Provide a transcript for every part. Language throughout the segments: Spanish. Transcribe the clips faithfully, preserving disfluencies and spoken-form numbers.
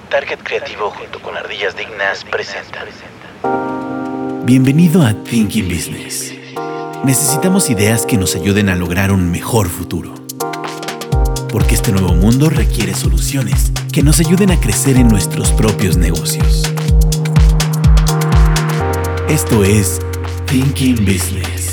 Target Creativo junto con Ardillas Dignas presenta. Bienvenido a Thinking Business. Necesitamos ideas que nos ayuden a lograr un mejor futuro. Porque este nuevo mundo requiere soluciones que nos ayuden a crecer en nuestros propios negocios. Esto es Thinking Business.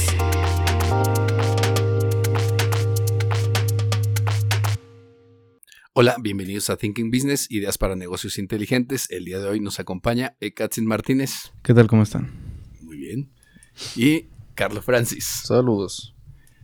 Hola, bienvenidos a Thinking Business, ideas para negocios inteligentes. El día de hoy nos acompaña Ekatzin Martínez. ¿Qué tal? ¿Cómo están? Muy bien. Y Carlos Francis. Saludos.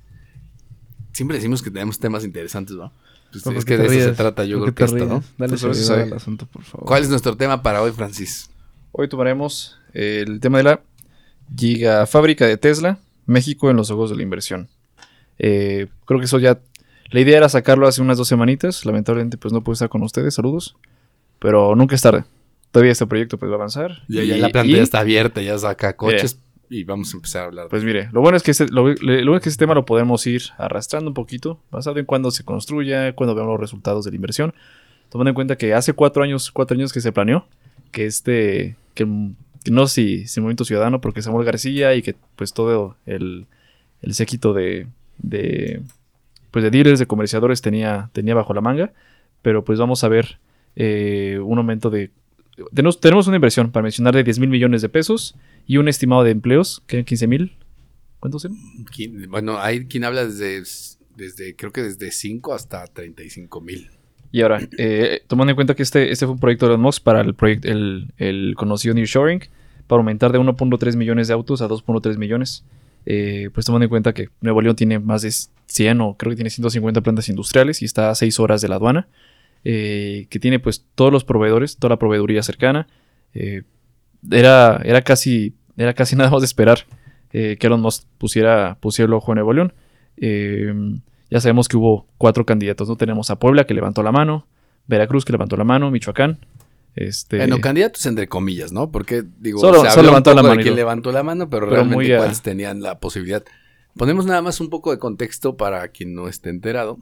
Siempre decimos que tenemos temas interesantes, ¿no? Pues ¿Por es qué que te de ríes? eso se trata, yo ¿Por creo qué que te esto, ¿no? ríes? Dale Pues ahora sí seriedad sabe. al asunto, por favor. ¿Cuál es nuestro tema para hoy, Francis? Hoy tomaremos el tema de la gigafábrica de Tesla, México en los ojos de la inversión. Eh, creo que eso ya... La idea era sacarlo hace unas dos semanitas. Lamentablemente pues no pude estar con ustedes, saludos. Pero nunca es tarde. Todavía este proyecto pues va a avanzar. Ya, y, ya la planta y, ya está abierta, ya saca coches y vamos a empezar a hablar. Pues mire, lo bueno es que este, lo, lo bueno es que este tema lo podemos ir arrastrando un poquito, basado en cuándo se construya, cuándo veamos los resultados de la inversión. Tomando en cuenta que hace cuatro años, cuatro años que se planeó que este, que, que no sé si, si Movimiento Ciudadano, porque Samuel García y que pues todo el, el séquito de, de, pues de dealers, de comerciadores tenía, tenía bajo la manga, pero pues vamos a ver eh, un aumento de, tenemos, tenemos una inversión para mencionar de diez mil millones de pesos y un estimado de empleos, que eran quince mil, ¿cuántos eran? Bueno, hay quien habla desde, desde creo que desde cinco hasta treinta y cinco mil. Y ahora, eh, tomando en cuenta que este, este fue un proyecto de Elon Musk para el, proyecto, el, el conocido Nearshoring, para aumentar de uno punto tres millones de autos a dos punto tres millones, eh, pues tomando en cuenta que Nuevo León tiene más de cien o creo que tiene ciento cincuenta plantas industriales y está a seis horas de la aduana, eh, que tiene pues todos los proveedores, toda la proveeduría cercana, eh, era, era, casi, era casi nada más de esperar eh, que Elon Musk pusiera, pusiera el ojo en Nuevo León. Eh, Ya sabemos que hubo cuatro candidatos, ¿no? Tenemos a Puebla, que levantó la mano, Veracruz, que levantó la mano, Michoacán. Este... Bueno, candidatos entre comillas, ¿no? Porque, digo, solo, se solo levantó la de mano. quién levantó la mano, pero, pero realmente muy, cuáles uh... tenían la posibilidad. Ponemos nada más un poco de contexto para quien no esté enterado.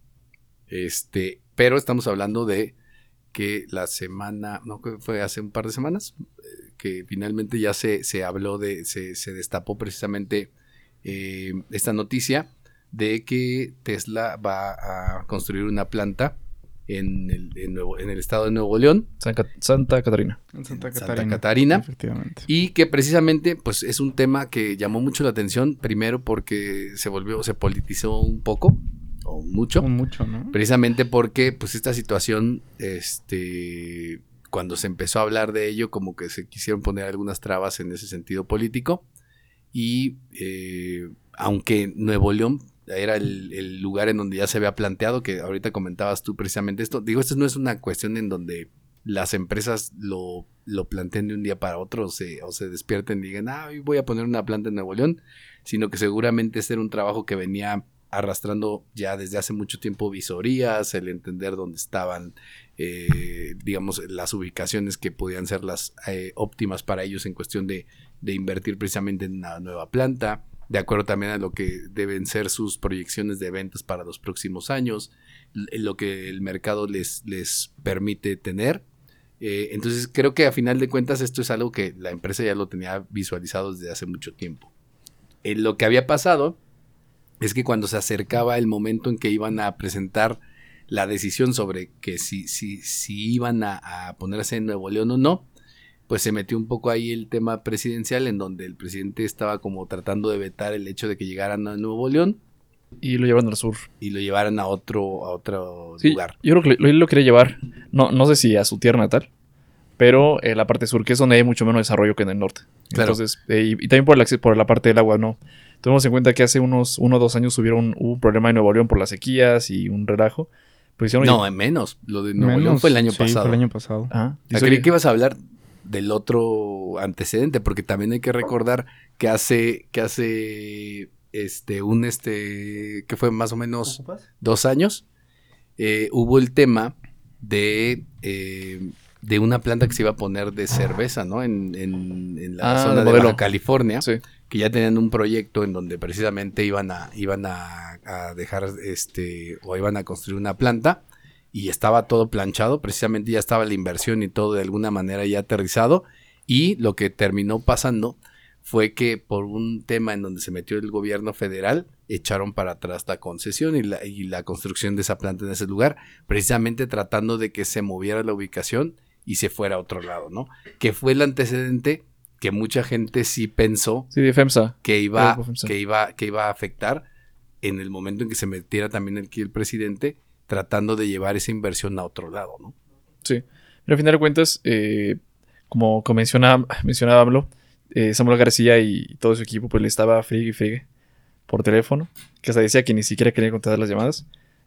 Este, pero estamos hablando de que la semana, no, que fue hace un par de semanas, que finalmente ya se, se habló de, se, se destapó precisamente eh, esta noticia de que Tesla va a construir una planta en el, en Nuevo, en el estado de Nuevo León. San Cat- Santa Catarina. En Santa Santa Catarina. Catarina. Efectivamente. Y que precisamente pues es un tema que llamó mucho la atención, primero porque se volvió, se politizó un poco, o mucho. Un mucho, ¿no? Precisamente porque pues esta situación, este, cuando se empezó a hablar de ello, como que se quisieron poner algunas trabas en ese sentido político. Y eh, aunque Nuevo León era el, el lugar en donde ya se había planteado, que ahorita comentabas tú precisamente esto. Digo, esto no es una cuestión en donde las empresas lo, lo planteen de un día para otro o se, o se despierten y digan, ah, hoy voy a poner una planta en Nuevo León, sino que seguramente este era un trabajo que venía arrastrando ya desde hace mucho tiempo visorías, el entender dónde estaban, eh, digamos, las ubicaciones que podían ser las eh, óptimas para ellos en cuestión de, de invertir precisamente en una nueva planta, de acuerdo también a lo que deben ser sus proyecciones de ventas para los próximos años, lo que el mercado les, les permite tener. Eh, entonces creo que a final de cuentas esto es algo que la empresa ya lo tenía visualizado desde hace mucho tiempo. Eh, lo que había pasado es que cuando se acercaba el momento en que iban a presentar la decisión sobre que si, si, si iban a, a ponerse en Nuevo León o no, pues se metió un poco ahí el tema presidencial, en donde el presidente estaba como tratando de vetar el hecho de que llegaran a Nuevo León. Y lo llevaron al sur. Y lo llevaran a otro, a otro sí, lugar. Yo creo que lo, lo quería llevar, no, no sé si a su tierra natal, pero en la parte sur, que es donde hay mucho menos desarrollo que en el norte. Claro. Entonces, eh, y, y también por, el, por la parte del agua, ¿no? Tomemos en cuenta que hace unos uno o dos años hubieron, hubo un problema en Nuevo León por las sequías y un relajo. Pues hicieron, no, en menos. Lo de Nuevo Menos, León fue el año sí, pasado. fue el año pasado. Ajá. Ah, creí que ibas a hablar del otro antecedente, porque también hay que recordar que hace, que hace este, un este, que fue más o menos dos años, eh, hubo el tema de, eh, de una planta que se iba a poner de cerveza, ¿no? En, en, en la ah, zona de modelo. Baja California, Sí. que ya tenían un proyecto en donde precisamente iban a, iban a, a dejar, este, o iban a construir una planta. y estaba todo planchado, precisamente ya estaba la inversión y todo de alguna manera ya aterrizado, y lo que terminó pasando fue que por un tema en donde se metió el gobierno federal, echaron para atrás la concesión y la, y la construcción de esa planta en ese lugar, precisamente tratando de que se moviera la ubicación y se fuera a otro lado, ¿no? Que fue el antecedente que mucha gente sí pensó sí, de FEMSA. que iba, De FEMSA. que iba, que iba a afectar en el momento en que se metiera también aquí el presidente, tratando de llevar esa inversión a otro lado, ¿no? Sí. Pero al final de cuentas, eh, como, como menciona, mencionaba AMLO, eh, Samuel García y todo su equipo pues le estaba friegue y friegue por teléfono, que hasta decía que ni siquiera quería contestar las llamadas.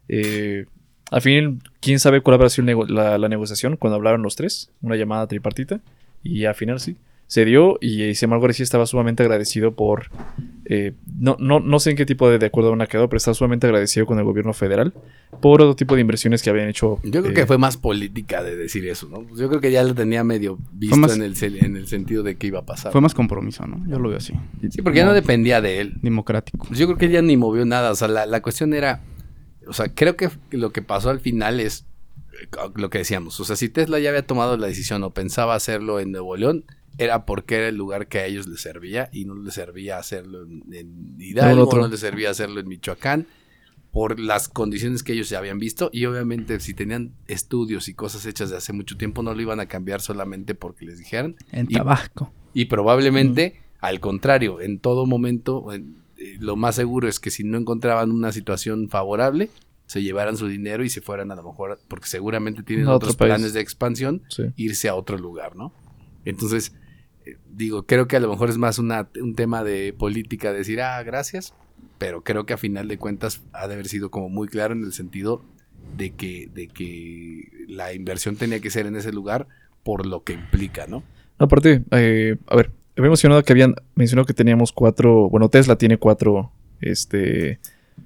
Eh, al fin, quién sabe cuál habrá sido nego- la, la negociación cuando hablaron los tres, una llamada tripartita, y al final sí, se dio, y eh, Samuel García estaba sumamente agradecido por, eh, no, no, no sé en qué tipo de, de acuerdo han quedado, pero estaba sumamente agradecido con el gobierno federal por otro tipo de inversiones que habían hecho. Yo creo eh, que fue más política de decir eso, ¿no? Yo creo que ya lo tenía medio visto más- en, el, ce- en el sentido de que iba a pasar. Fue más compromiso, ¿no? Yo lo veo así. Sí, porque ya no dependía de él. Democrático. Pues yo creo que ella ni movió nada. O sea, la, la cuestión era. O sea, creo que lo que pasó al final es eh, lo que decíamos. O sea, si Tesla ya había tomado la decisión o pensaba hacerlo en Nuevo León, era porque era el lugar que a ellos les servía y no les servía hacerlo en, en Hidalgo, otro. no les servía hacerlo en Michoacán, por las condiciones que ellos ya habían visto. Y obviamente, si tenían estudios y cosas hechas de hace mucho tiempo, no lo iban a cambiar solamente porque les dijeran. En Y- Tabasco. Y probablemente, al contrario, en todo momento, en- eh, lo más seguro es que si no encontraban una situación favorable, se llevaran su dinero y se fueran a lo mejor, porque seguramente tienen A otro otros país. planes de expansión, sí. irse a otro lugar, ¿no? Entonces, eh, digo, creo que a lo mejor es más una, un tema de política, decir, ah, gracias, pero creo que a final de cuentas ha de haber sido como muy claro en el sentido de que, de que la inversión tenía que ser en ese lugar por lo que implica, ¿no? Aparte, eh, a ver, había mencionado que habían mencionado que teníamos cuatro, bueno, Tesla tiene cuatro, este,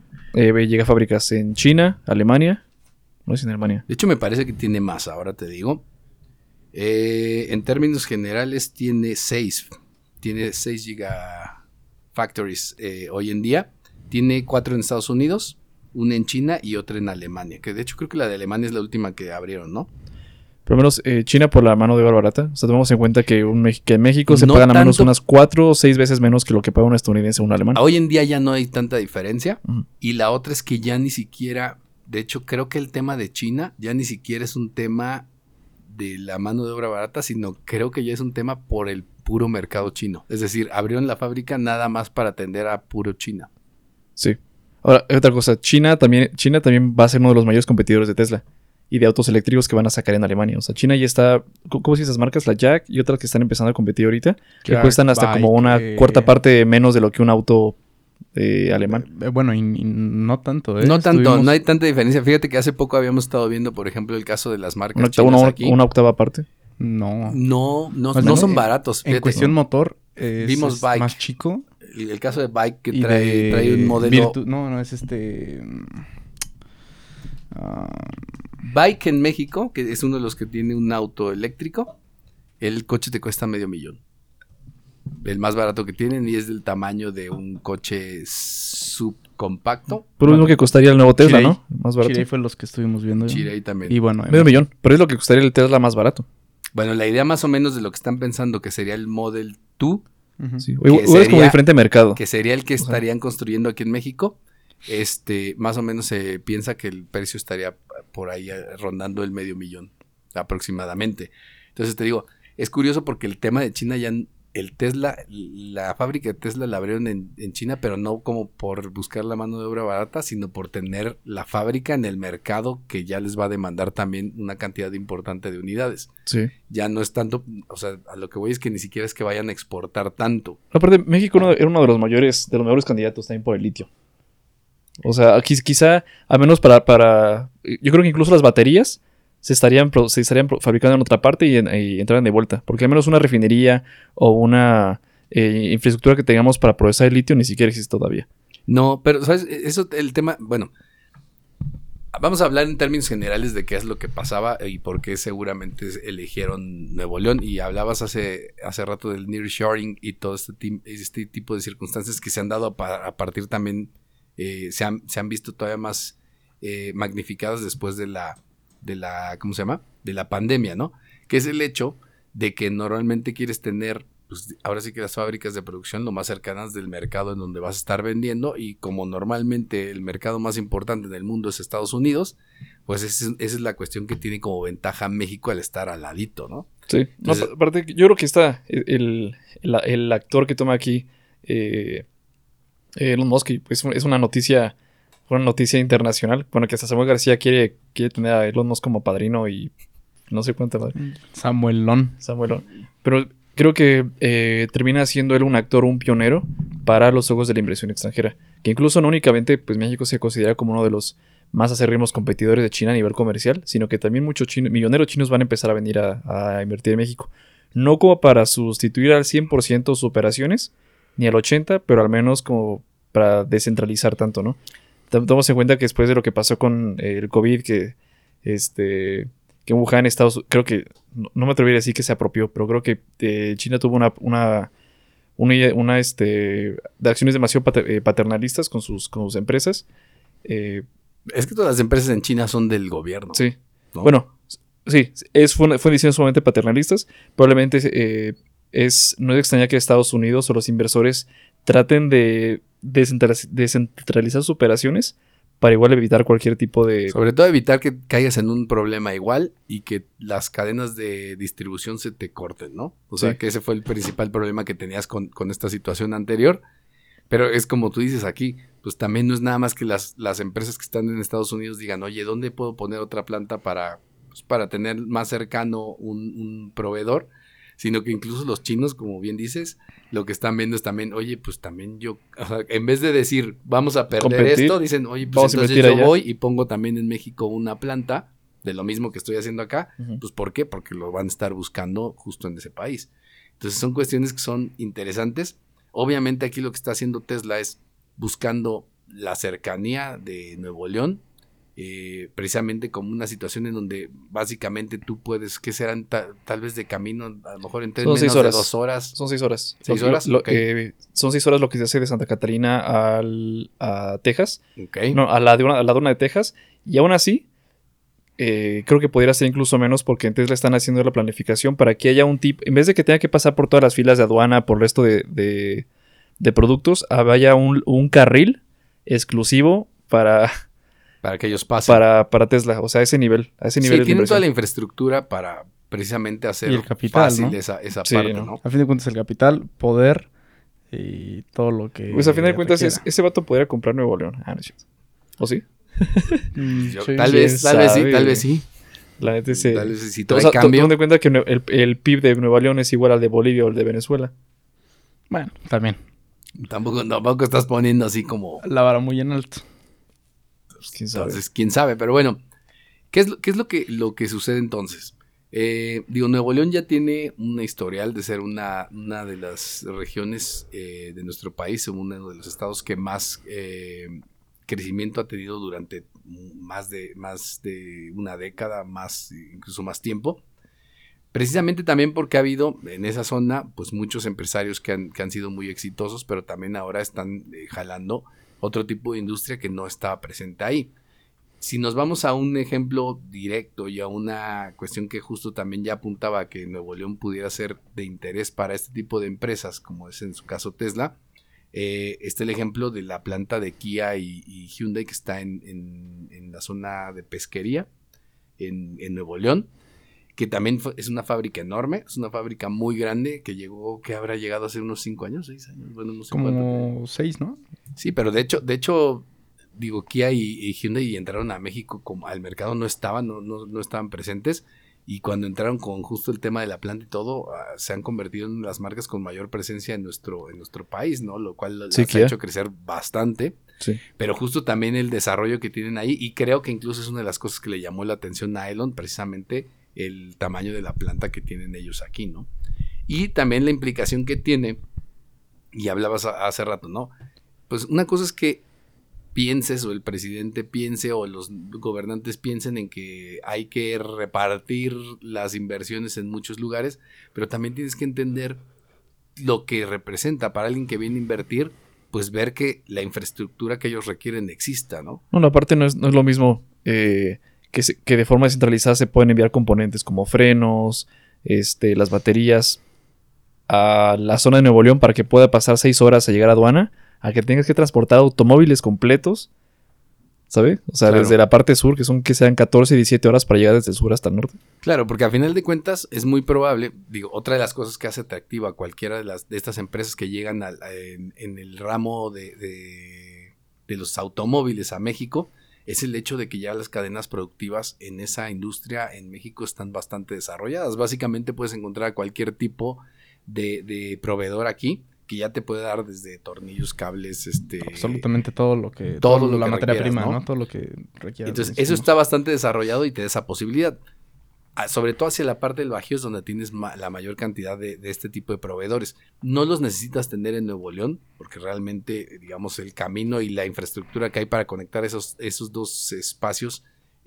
eh, gigafábricas en China, Alemania, no es en Alemania. De hecho, me parece que tiene más, ahora te digo. Eh, en términos generales, tiene seis. Tiene seis gigafactories eh, hoy en día. Tiene cuatro en Estados Unidos, una en China y otra en Alemania. Que de hecho creo que la de Alemania es la última que abrieron, ¿no? Por lo menos eh, China por la mano de obra barata. O sea, tomamos en cuenta que, un, Mex- que en México se No pagan al menos tanto- unas cuatro o seis veces menos que lo que paga un estadounidense o un alemán. Hoy en día ya no hay tanta diferencia. Ujú. Y la otra es que ya ni siquiera, de hecho creo que el tema de China ya ni siquiera es un tema de la mano de obra barata, sino creo que ya es un tema por el puro mercado chino. Es decir, abrieron la fábrica nada más para atender a puro China. Sí. Ahora, otra cosa. China también, China también va a ser uno de los mayores competidores de Tesla y de autos eléctricos que van a sacar en Alemania. O sea, China ya está... ¿Cómo cómo se llaman esas marcas? La Jack y otras que están empezando a competir ahorita. Que Jack, cuestan hasta Bike, como una eh, cuarta parte menos de lo que un auto eh, alemán. Eh, bueno, y, y no tanto, ¿eh? No tanto, Estuvimos- no hay tanta diferencia. Fíjate que hace poco habíamos estado viendo, por ejemplo, el caso de las marcas Una, octava- chinas una- aquí. una octava parte. No. No, no, Más no bien, son en- baratos. En fíjate. cuestión motor, es, Vimos es Bike. más chico. el, el caso de Bike que y trae, de trae un modelo... Virtu- no, no, es este... mm, ah, Bike en México, que es uno de los que tiene un auto eléctrico, el coche te cuesta medio millón. El más barato que tienen y es del tamaño de un coche subcompacto. Por lo mismo que costaría el nuevo Tesla, Chirey. ¿no? Más barato. Chirey fue los que estuvimos viendo. Chirey también. Y bueno, Medio millón. Pero es lo que costaría el Tesla más barato. Bueno, la idea más o menos de lo que están pensando que sería el Model dos, ujú. Sí. Que Igual es como sería- diferente mercado. que sería el que sea. estarían construyendo aquí en México, este, más o menos se piensa que el precio estaría por ahí eh, rondando el medio millón aproximadamente. Entonces te digo, es curioso porque el tema de China ya, el Tesla, la fábrica de Tesla la abrieron en, en China, pero no como por buscar la mano de obra barata, sino por tener la fábrica en el mercado que ya les va a demandar también una cantidad importante de unidades. Sí. Ya no es tanto, o sea, a lo que voy es que ni siquiera es que vayan a exportar tanto. Aparte, México uno- era uno de los mayores, de los mejores candidatos también por el litio. O sea, aquí quizá, al menos para, para, yo creo que incluso las baterías se estarían, pro- se estarían pro- fabricando en otra parte y, en- y entraran de vuelta. Porque al menos una refinería o una eh, infraestructura que tengamos para procesar el litio ni siquiera existe todavía. No, pero, ¿sabes? Eso, el tema, bueno, vamos a hablar en términos generales de qué es lo que pasaba y por qué seguramente eligieron Nuevo León. Y hablabas hace, hace rato del nearshoring y todo este, tim- este tipo de circunstancias que se han dado a, pa- a partir también, eh, se, han, se han visto todavía más eh, magnificadas después de la de la, ¿cómo se llama? De la pandemia, ¿no? Que es el hecho de que normalmente quieres tener, pues ahora sí que las fábricas de producción lo más cercanas del mercado en donde vas a estar vendiendo, y como normalmente el mercado más importante en el mundo es Estados Unidos, pues esa es, esa es la cuestión que tiene como ventaja México al estar al ladito, ¿no? Sí, Entonces, no, aparte, yo creo que está el, el, el actor que toma aquí, eh, Elon Musk, es, es una noticia, una noticia internacional. Bueno, que hasta Samuel García quiere, quiere tener a Elon Musk como padrino y no sé cuánto más. Samuelón. Samuel. Pero creo que eh, termina siendo él un actor, un pionero para los ojos de la inversión extranjera. Que incluso no únicamente pues México se considera como uno de los más acérrimos competidores de China a nivel comercial, sino que también muchos chinos, milloneros chinos van a empezar a venir a, a invertir en México. No como para sustituir al cien por ciento sus operaciones, ni al ochenta por ciento, pero al menos como para descentralizar tanto, ¿no? Tomamos en cuenta que después de lo que pasó con eh, el COVID, que este que en Wuhan, Estados Unidos, creo que, no, no me atrevería a decir que se apropió, pero creo que eh, China tuvo una, una, una, una este, de acciones demasiado pater, eh, paternalistas con sus, con sus empresas. Eh, es que todas las empresas en China son del gobierno. Sí. ¿No? Bueno, sí, es, fue, fue decisiones sumamente paternalistas. Probablemente eh, es, no es extrañar que Estados Unidos o los inversores traten de descentralizar sus operaciones para igual evitar cualquier tipo de... Sobre todo evitar que caigas en un problema igual y que las cadenas de distribución se te corten, ¿no? O sea, sí. que ese fue el principal problema que tenías con, con esta situación anterior. Pero es como tú dices aquí, pues también no es nada más que las, las empresas que están en Estados Unidos digan, oye, ¿dónde puedo poner otra planta para, pues, para tener más cercano un, un proveedor? Sino que incluso los chinos, como bien dices, lo que están viendo es también, oye, pues también yo, o sea, en vez de decir, vamos a perder Competir, esto, dicen, oye, pues entonces yo allá. voy y pongo también en México una planta de lo mismo que estoy haciendo acá. Uh-huh. Pues ¿por qué? Porque lo van a estar buscando justo en ese país. Entonces son cuestiones que son interesantes. Obviamente aquí lo que está haciendo Tesla es buscando la cercanía de Nuevo León, eh, precisamente como una situación en donde básicamente tú puedes, que serán ta, tal vez de camino, a lo mejor entre menos de dos horas. Son seis horas. ¿Seis lo, horas? Lo, okay. eh, son seis horas lo que se hace de Santa Catarina al, a Texas. Okay. No, a la de una, a la de una de Texas. Y aún así, eh, creo que pudiera ser incluso menos porque en Tesla están haciendo la planificación para que haya un tipo, en vez de que tenga que pasar por todas las filas de aduana, por el resto de, de, de productos, haya un, un carril exclusivo para... Para que ellos pasen. Para, para Tesla, o sea, a ese nivel. A ese nivel sí, de tienen inversión. toda la infraestructura para precisamente hacer y el capital, fácil ¿no? esa, esa sí, parte, ¿no? ¿no? A fin de cuentas, el capital, poder y todo lo que... Pues a fin de cuentas, es, ese vato podría comprar Nuevo León. Ah, no es cierto. ¿O sí? mm, Yo, sí tal vez, tal vez sí, tal vez sí. La neta es... Tal vez sí trae o sea, cambio. Toma en cuenta que el, el P I B de Nuevo León es igual al de Bolivia o el de Venezuela. Bueno, también. Tampoco, tampoco estás poniendo así como... La vara muy en alto. Pues, ¿quién sabe? Entonces, quién sabe, pero bueno, ¿qué es, qué es lo, que, lo que sucede entonces? Eh, digo, Nuevo León ya tiene un historial de ser una, una de las regiones eh, de nuestro país, uno de los estados que más eh, crecimiento ha tenido durante más de, más de una década, más, incluso más tiempo. Precisamente también porque ha habido en esa zona pues muchos empresarios que han, que han sido muy exitosos, pero también ahora están eh, jalando otro tipo de industria que no estaba presente ahí. Si nos vamos a un ejemplo directo y a una cuestión que justo también ya apuntaba a que Nuevo León pudiera ser de interés para este tipo de empresas, como es en su caso Tesla, eh, está el ejemplo de la planta de Kia y, y Hyundai que está en, en, en la zona de pesquería en, en Nuevo León, que también es una fábrica enorme, es una fábrica muy grande que llegó, que habrá llegado hace unos cinco años, seis años, bueno, no sé como cuánto. seis, ¿no? Sí, pero de hecho, de hecho, digo, Kia y, y Hyundai entraron a México como al mercado, no estaban, no, no, no estaban presentes, y cuando entraron con justo el tema de la planta y todo, uh, se han convertido en las marcas con mayor presencia en nuestro, en nuestro país, ¿no? Lo cual sí, las ha hecho crecer bastante. Sí. Pero justo también el desarrollo que tienen ahí, y creo que incluso es una de las cosas que le llamó la atención a Elon, precisamente el tamaño de la planta que tienen ellos aquí, ¿no? Y también la implicación que tiene, y hablabas hace rato, ¿no? Pues una cosa es que pienses, o el presidente piense, o los gobernantes piensen en que hay que repartir las inversiones en muchos lugares, pero también tienes que entender lo que representa para alguien que viene a invertir, pues ver que la infraestructura que ellos requieren exista, ¿no? No, no, aparte no es, no es lo mismo... Eh, que, se, que de forma descentralizada se pueden enviar componentes como frenos, este, las baterías a la zona de Nuevo León para que pueda pasar seis horas a llegar a aduana, a que tengas que transportar automóviles completos, ¿sabes? O sea, claro, desde la parte sur, que son que sean catorce, diecisiete horas para llegar desde el sur hasta el norte. Claro, porque a final de cuentas es muy probable, digo, otra de las cosas que hace atractiva a cualquiera de, las, de estas empresas que llegan a, a, en, en el ramo de, de, de los automóviles a México, es el hecho de que ya las cadenas productivas en esa industria en México están bastante desarrolladas. Básicamente puedes encontrar cualquier tipo de, de proveedor aquí, que ya te puede dar desde tornillos, cables, este... absolutamente todo lo que... Todo, todo lo la que materia requieras, prima, ¿no? ¿no? Todo lo que requiere. Entonces, eso está bastante desarrollado y te da esa posibilidad. Ah, sobre todo hacia la parte del Bajío es donde tienes ma- la mayor cantidad de, de este tipo de proveedores. No los necesitas tener en Nuevo León, porque realmente, digamos, el camino y la infraestructura que hay para conectar esos, esos dos espacios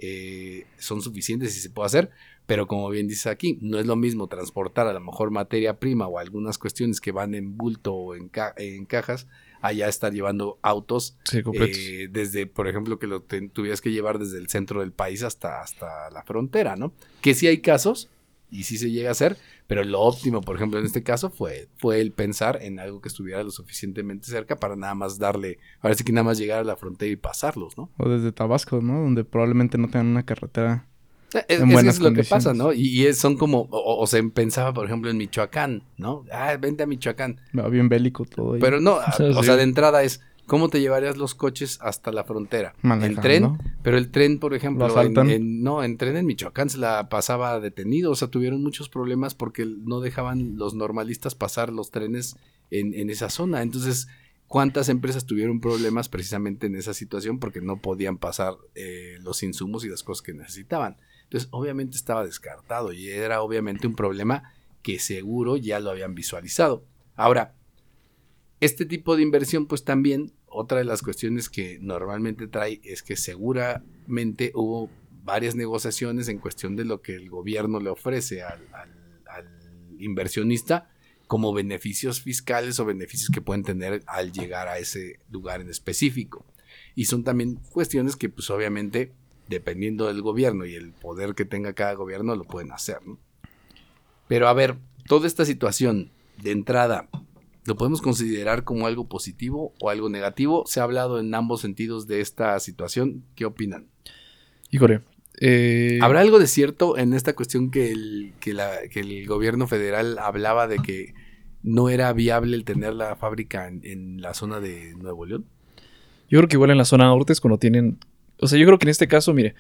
eh, son suficientes y se puede hacer. Pero como bien dices aquí, no es lo mismo transportar a lo mejor materia prima o algunas cuestiones que van en bulto o en, ca- en cajas, allá estar llevando autos, Sí, completos. eh, desde, por ejemplo, que lo te- tuvieras que llevar desde el centro del país hasta, hasta la frontera, ¿no? Que sí hay casos, y sí se llega a hacer, pero lo óptimo, por ejemplo, en este caso fue, fue el pensar en algo que estuviera lo suficientemente cerca para nada más darle, ahora sí que nada más llegar a la frontera y pasarlos, ¿no? O desde Tabasco, ¿no? Donde probablemente no tengan una carretera... Es, en es, buenas es lo que condiciones. pasa, ¿no? Y, y es, son como, o, o se pensaba, por ejemplo, en Michoacán, ¿no? Ah, vente a Michoacán. Va bien bélico todo ahí. Pero no, a- Sí. o sea, de entrada es, ¿cómo te llevarías los coches hasta la frontera? Manejando. En tren, pero el tren, por ejemplo, ¿Lo asaltan? en, en- no, en tren en Michoacán se la pasaba detenido, o sea, tuvieron muchos problemas porque no dejaban los normalistas pasar los trenes en, en esa zona. Entonces, ¿cuántas empresas tuvieron problemas precisamente en esa situación porque no podían pasar eh, los insumos y las cosas que necesitaban? Entonces, obviamente estaba descartado y era obviamente un problema que seguro ya lo habían visualizado. Ahora, este tipo de inversión, pues también, otra de las cuestiones que normalmente trae es que seguramente hubo varias negociaciones en cuestión de lo que el gobierno le ofrece al, al, al inversionista como beneficios fiscales o beneficios que pueden tener al llegar a ese lugar en específico. Y son también cuestiones que, pues obviamente, dependiendo del gobierno y el poder que tenga cada gobierno, lo pueden hacer, ¿no? Pero a ver, toda esta situación de entrada, ¿lo podemos considerar como algo positivo o algo negativo? Se ha hablado en ambos sentidos de esta situación. ¿Qué opinan? Híjole. Eh, ¿Habrá algo de cierto en esta cuestión que el, que, la, que el gobierno federal hablaba de que no era viable el tener la fábrica en, en la zona de Nuevo León? Yo creo que igual en la zona norte es cuando tienen... O sea, yo creo que en este caso, mire,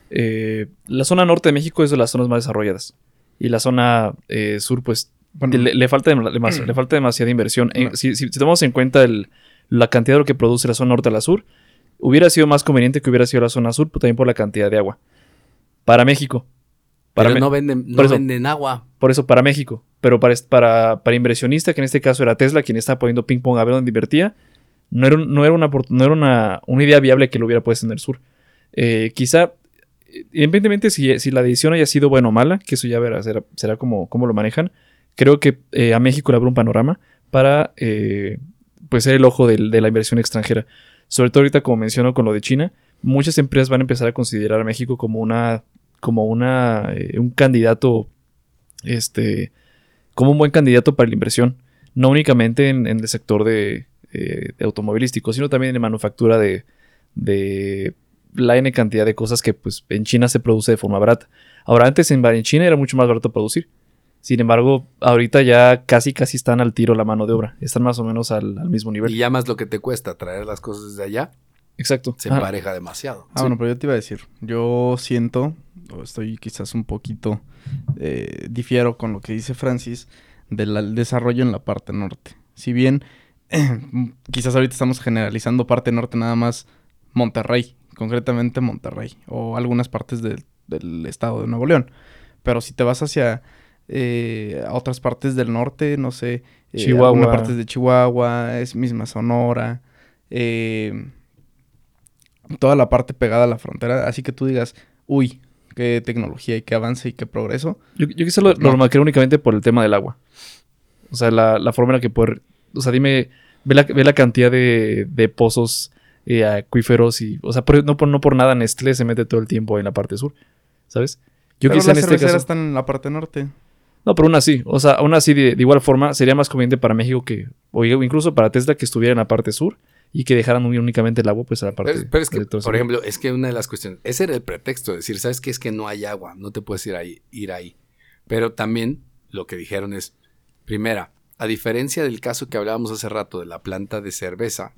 eh, la zona norte de México es de las zonas más desarrolladas. Y la zona eh, sur, pues, Bueno, le, le falta dem- demas- le falta demasiada inversión. Eh, No. si, si- si tomamos en cuenta el- la cantidad de lo que produce la zona norte a la sur, hubiera sido más conveniente que hubiera sido la zona sur, pero también por la cantidad de agua. Para México. Para Pero Me- no venden, por no eso. venden agua. Por eso, para México. Pero para, est- para, para inversionista, que en este caso era Tesla, quien estaba poniendo ping pong a ver dónde invertía, no era, un- no era, una, opor- no era una, una idea viable que lo hubiera puesto en el sur. Eh, quizá, eh, independientemente si, si la decisión haya sido buena o mala, que eso ya verá, será, será como, como lo manejan, creo que eh, a México le abre un panorama para eh, pues ser el ojo del- de la inversión extranjera. Sobre todo ahorita, como menciono con lo de China, muchas empresas van a empezar a considerar a México como una, como una, eh, un candidato, este, como un buen candidato para la inversión. No únicamente en, en el sector de, eh, de automovilístico, sino también en manufactura de, de la N cantidad de cosas que pues en China se produce de forma barata. Ahora, antes en, en China era mucho más barato producir. Sin embargo, ahorita ya casi casi están al tiro la mano de obra. Están más o menos al, al mismo nivel. Y ya más lo que te cuesta traer las cosas desde allá, Exacto. se Ajá. empareja demasiado. Ah, bueno, pero yo te iba a decir, yo siento, o estoy quizás un poquito, eh, difiero con lo que dice Francis, del desarrollo en la parte norte. Si bien, eh, quizás ahorita estamos generalizando parte norte nada más Monterrey, concretamente Monterrey, o algunas partes del, del estado de Nuevo León. Pero si te vas hacia eh, a otras partes del norte, no sé, eh, Chihuahua. algunas partes de Chihuahua, es misma Sonora, eh... toda la parte pegada a la frontera, así que tú digas, uy, qué tecnología y qué avance y qué progreso. Yo, yo quizá lo, lo No. remarqué únicamente por el tema del agua. O sea, la, la forma en la que poder... O sea, dime, ve la, ve la cantidad de, de pozos eh, acuíferos y, o sea, por, no, por, no por nada Nestlé se mete todo el tiempo en la parte sur, ¿sabes? Yo Pero quizá las en este cerveceras caso... están en la parte norte. No, pero aún así, o sea, aún así de, de igual forma sería más conveniente para México que, o incluso para Tesla que estuviera en la parte sur y que dejaran únicamente el agua pues a la parte... Pero, pero es que, de por ejemplo, es que una de las cuestiones, ese era el pretexto, de decir, ¿sabes qué? Es que no hay agua, no te puedes ir ahí, ir ahí. Pero también lo que dijeron es, primera, a diferencia del caso que hablábamos hace rato de la planta de cerveza,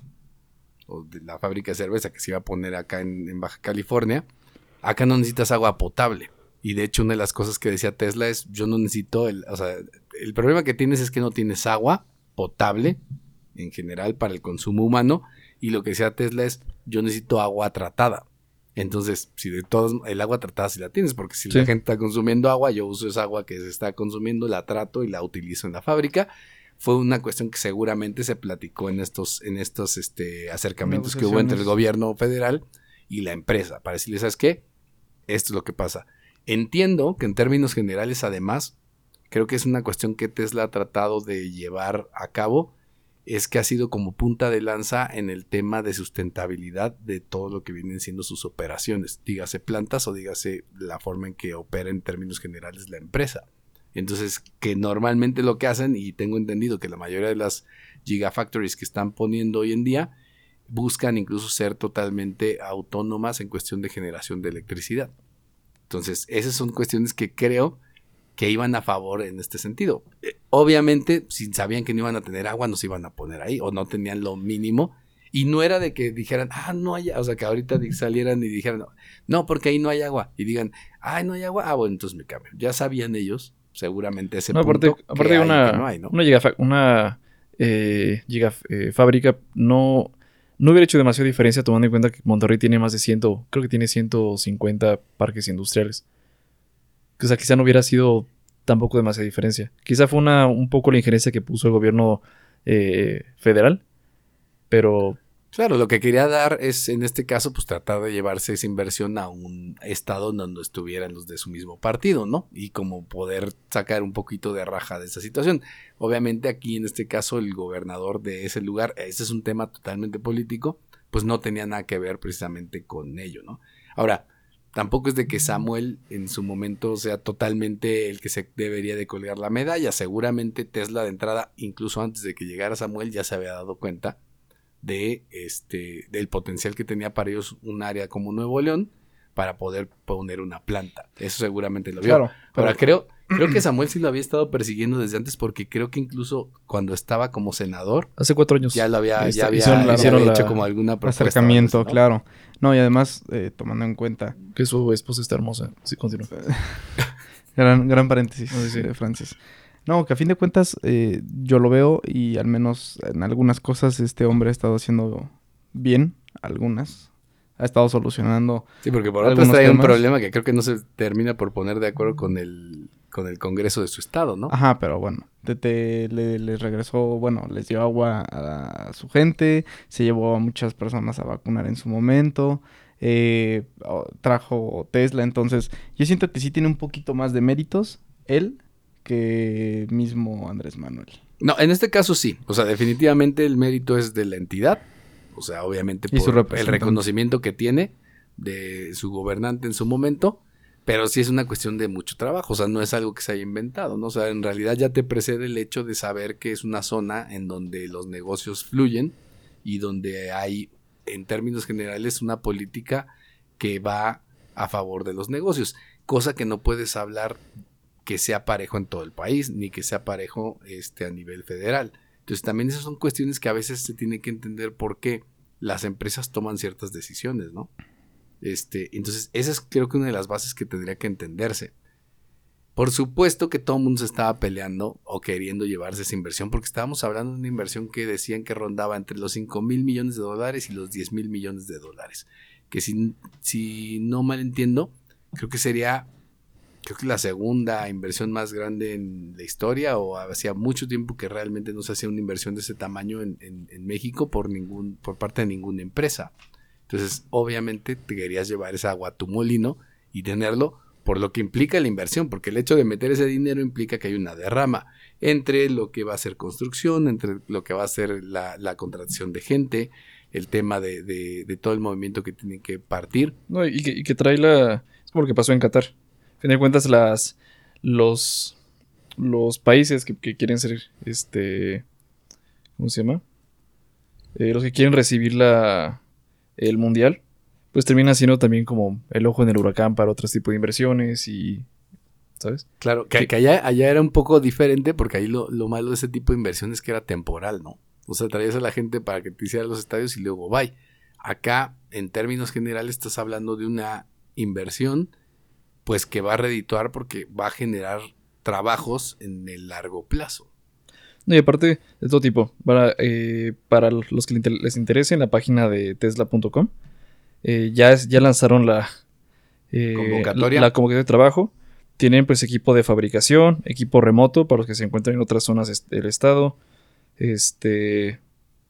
o de la fábrica de cerveza que se iba a poner acá en, en Baja California, acá no necesitas agua potable. Y de hecho una de las cosas que decía Tesla es, yo no necesito, el, o sea, el problema que tienes es que no tienes agua potable en general para el consumo humano, y lo que decía Tesla es, yo necesito agua tratada. Entonces, si de todos, el agua tratada sí la tienes, porque si sí. la gente está consumiendo agua, yo uso esa agua que se está consumiendo, la trato y la utilizo en la fábrica. Fue una cuestión que seguramente se platicó en estos, en estos este, acercamientos que hubo entre el gobierno federal y la empresa, para decirles, ¿sabes qué? Esto es lo que pasa. Entiendo que en términos generales, además, creo que es una cuestión que Tesla ha tratado de llevar a cabo, es que ha sido como punta de lanza en el tema de sustentabilidad de todo lo que vienen siendo sus operaciones, dígase plantas o dígase la forma en que opera en términos generales la empresa. Entonces, que normalmente lo que hacen, y tengo entendido que la mayoría de las gigafactories que están poniendo hoy en día, buscan incluso ser totalmente autónomas en cuestión de generación de electricidad. Entonces, esas son cuestiones que creo que iban a favor en este sentido. Eh, obviamente, si sabían que no iban a tener agua, no se iban a poner ahí, o no tenían lo mínimo. Y no era de que dijeran, ah, no hay agua, o sea, que ahorita salieran y dijeran, no, porque ahí no hay agua. Y digan, ah, no hay agua, ah, bueno, entonces me cambio. Ya sabían ellos, seguramente ese no, punto, aparte, aparte de una, no hay, ¿no? Una giga, una, eh, giga eh, fábrica no... No hubiera hecho demasiada diferencia tomando en cuenta que Monterrey tiene más de cien, creo que tiene ciento cincuenta parques industriales. O sea, quizá no hubiera sido tampoco demasiada diferencia. Quizá fue una un poco la injerencia que puso el gobierno eh, federal, pero... Claro, lo que quería dar es, en este caso, pues tratar de llevarse esa inversión a un estado donde estuvieran los de su mismo partido, ¿no? Y como poder sacar un poquito de raja de esa situación. Obviamente aquí, en este caso, el gobernador de ese lugar, ese es un tema totalmente político, pues no tenía nada que ver precisamente con ello, ¿no? Ahora, tampoco es de que Samuel en su momento sea totalmente el que se debería de colgar la medalla. Seguramente Tesla de entrada, incluso antes de que llegara Samuel, ya se había dado cuenta de este del potencial que tenía para ellos un área como Nuevo León para poder poner una planta. Eso seguramente lo vio. Claro, Ahora creo, creo que Samuel sí lo había estado persiguiendo desde antes, porque creo que incluso cuando estaba como senador, hace cuatro años ya lo había, Está, ya había, hicieron, ya hicieron había la, hecho como alguna propuesta. Acercamiento, veces, ¿no? claro. No, y además, eh, tomando en cuenta que su esposa está hermosa. Sí, continúa. gran, gran paréntesis, sí, sí. de Francis. No, que a fin de cuentas eh, yo lo veo, y al menos en algunas cosas este hombre ha estado haciendo bien, algunas. Ha estado solucionando. Sí, porque por otro trae un problema que creo que no se termina por poner de acuerdo con el con el Congreso de su estado, ¿no? Ajá, pero bueno, te, te, le, les regresó, bueno, les dio agua a, a su gente, se llevó a muchas personas a vacunar en su momento, eh, trajo Tesla, entonces yo siento que sí tiene un poquito más de méritos él que mismo Andrés Manuel. No, en este caso sí, o sea, definitivamente el mérito es de la entidad, o sea, obviamente por el reconocimiento que tiene de su gobernante en su momento, pero sí es una cuestión de mucho trabajo, o sea, no es algo que se haya inventado, ¿no? O sea, en realidad ya te precede el hecho de saber que es una zona en donde los negocios fluyen y donde hay, en términos generales, una política que va a favor de los negocios, cosa que no puedes hablar que sea parejo en todo el país, ni que sea parejo este, a nivel federal. Entonces también esas son cuestiones que a veces se tiene que entender por qué las empresas toman ciertas decisiones, ¿no? Este, entonces esa es creo que una de las bases que tendría que entenderse. Por supuesto que todo el mundo se estaba peleando o queriendo llevarse esa inversión, porque estábamos hablando de una inversión que decían que rondaba entre los cinco mil millones de dólares y los diez mil millones de dólares. Que si, si no mal entiendo, creo que sería... Creo que la segunda inversión más grande en la historia, o hacía mucho tiempo que realmente no se hacía una inversión de ese tamaño en, en, en México por ningún por parte de ninguna empresa. Entonces, obviamente, te querías llevar esa agua a tu molino y tenerlo por lo que implica la inversión, porque el hecho de meter ese dinero implica que hay una derrama entre lo que va a ser construcción, entre lo que va a ser la, la contratación de gente, el tema de, de, de todo el movimiento que tienen que partir. No, y, que, y que trae la... Es como lo que pasó en Qatar. A fin de cuentas, las, los, los países que, que quieren ser, este... ¿Cómo se llama? Eh, los que quieren recibir la, el mundial, pues termina siendo también como el ojo en el huracán para otros tipos de inversiones y... ¿Sabes? Claro, que, que allá, allá era un poco diferente porque ahí lo, lo malo de ese tipo de inversión es que era temporal, ¿no? O sea, traías a la gente para que te hiciera los estadios y luego bye. Acá, en términos generales, estás hablando de una inversión pues que va a redituar porque va a generar trabajos en el largo plazo. No, y aparte de todo tipo, para, eh, para los que les interese, en la página de tesla punto com eh, ya, es, ya lanzaron la, eh, convocatoria. la convocatoria de trabajo. Tienen pues equipo de fabricación, equipo remoto para los que se encuentran en otras zonas del estado. Este...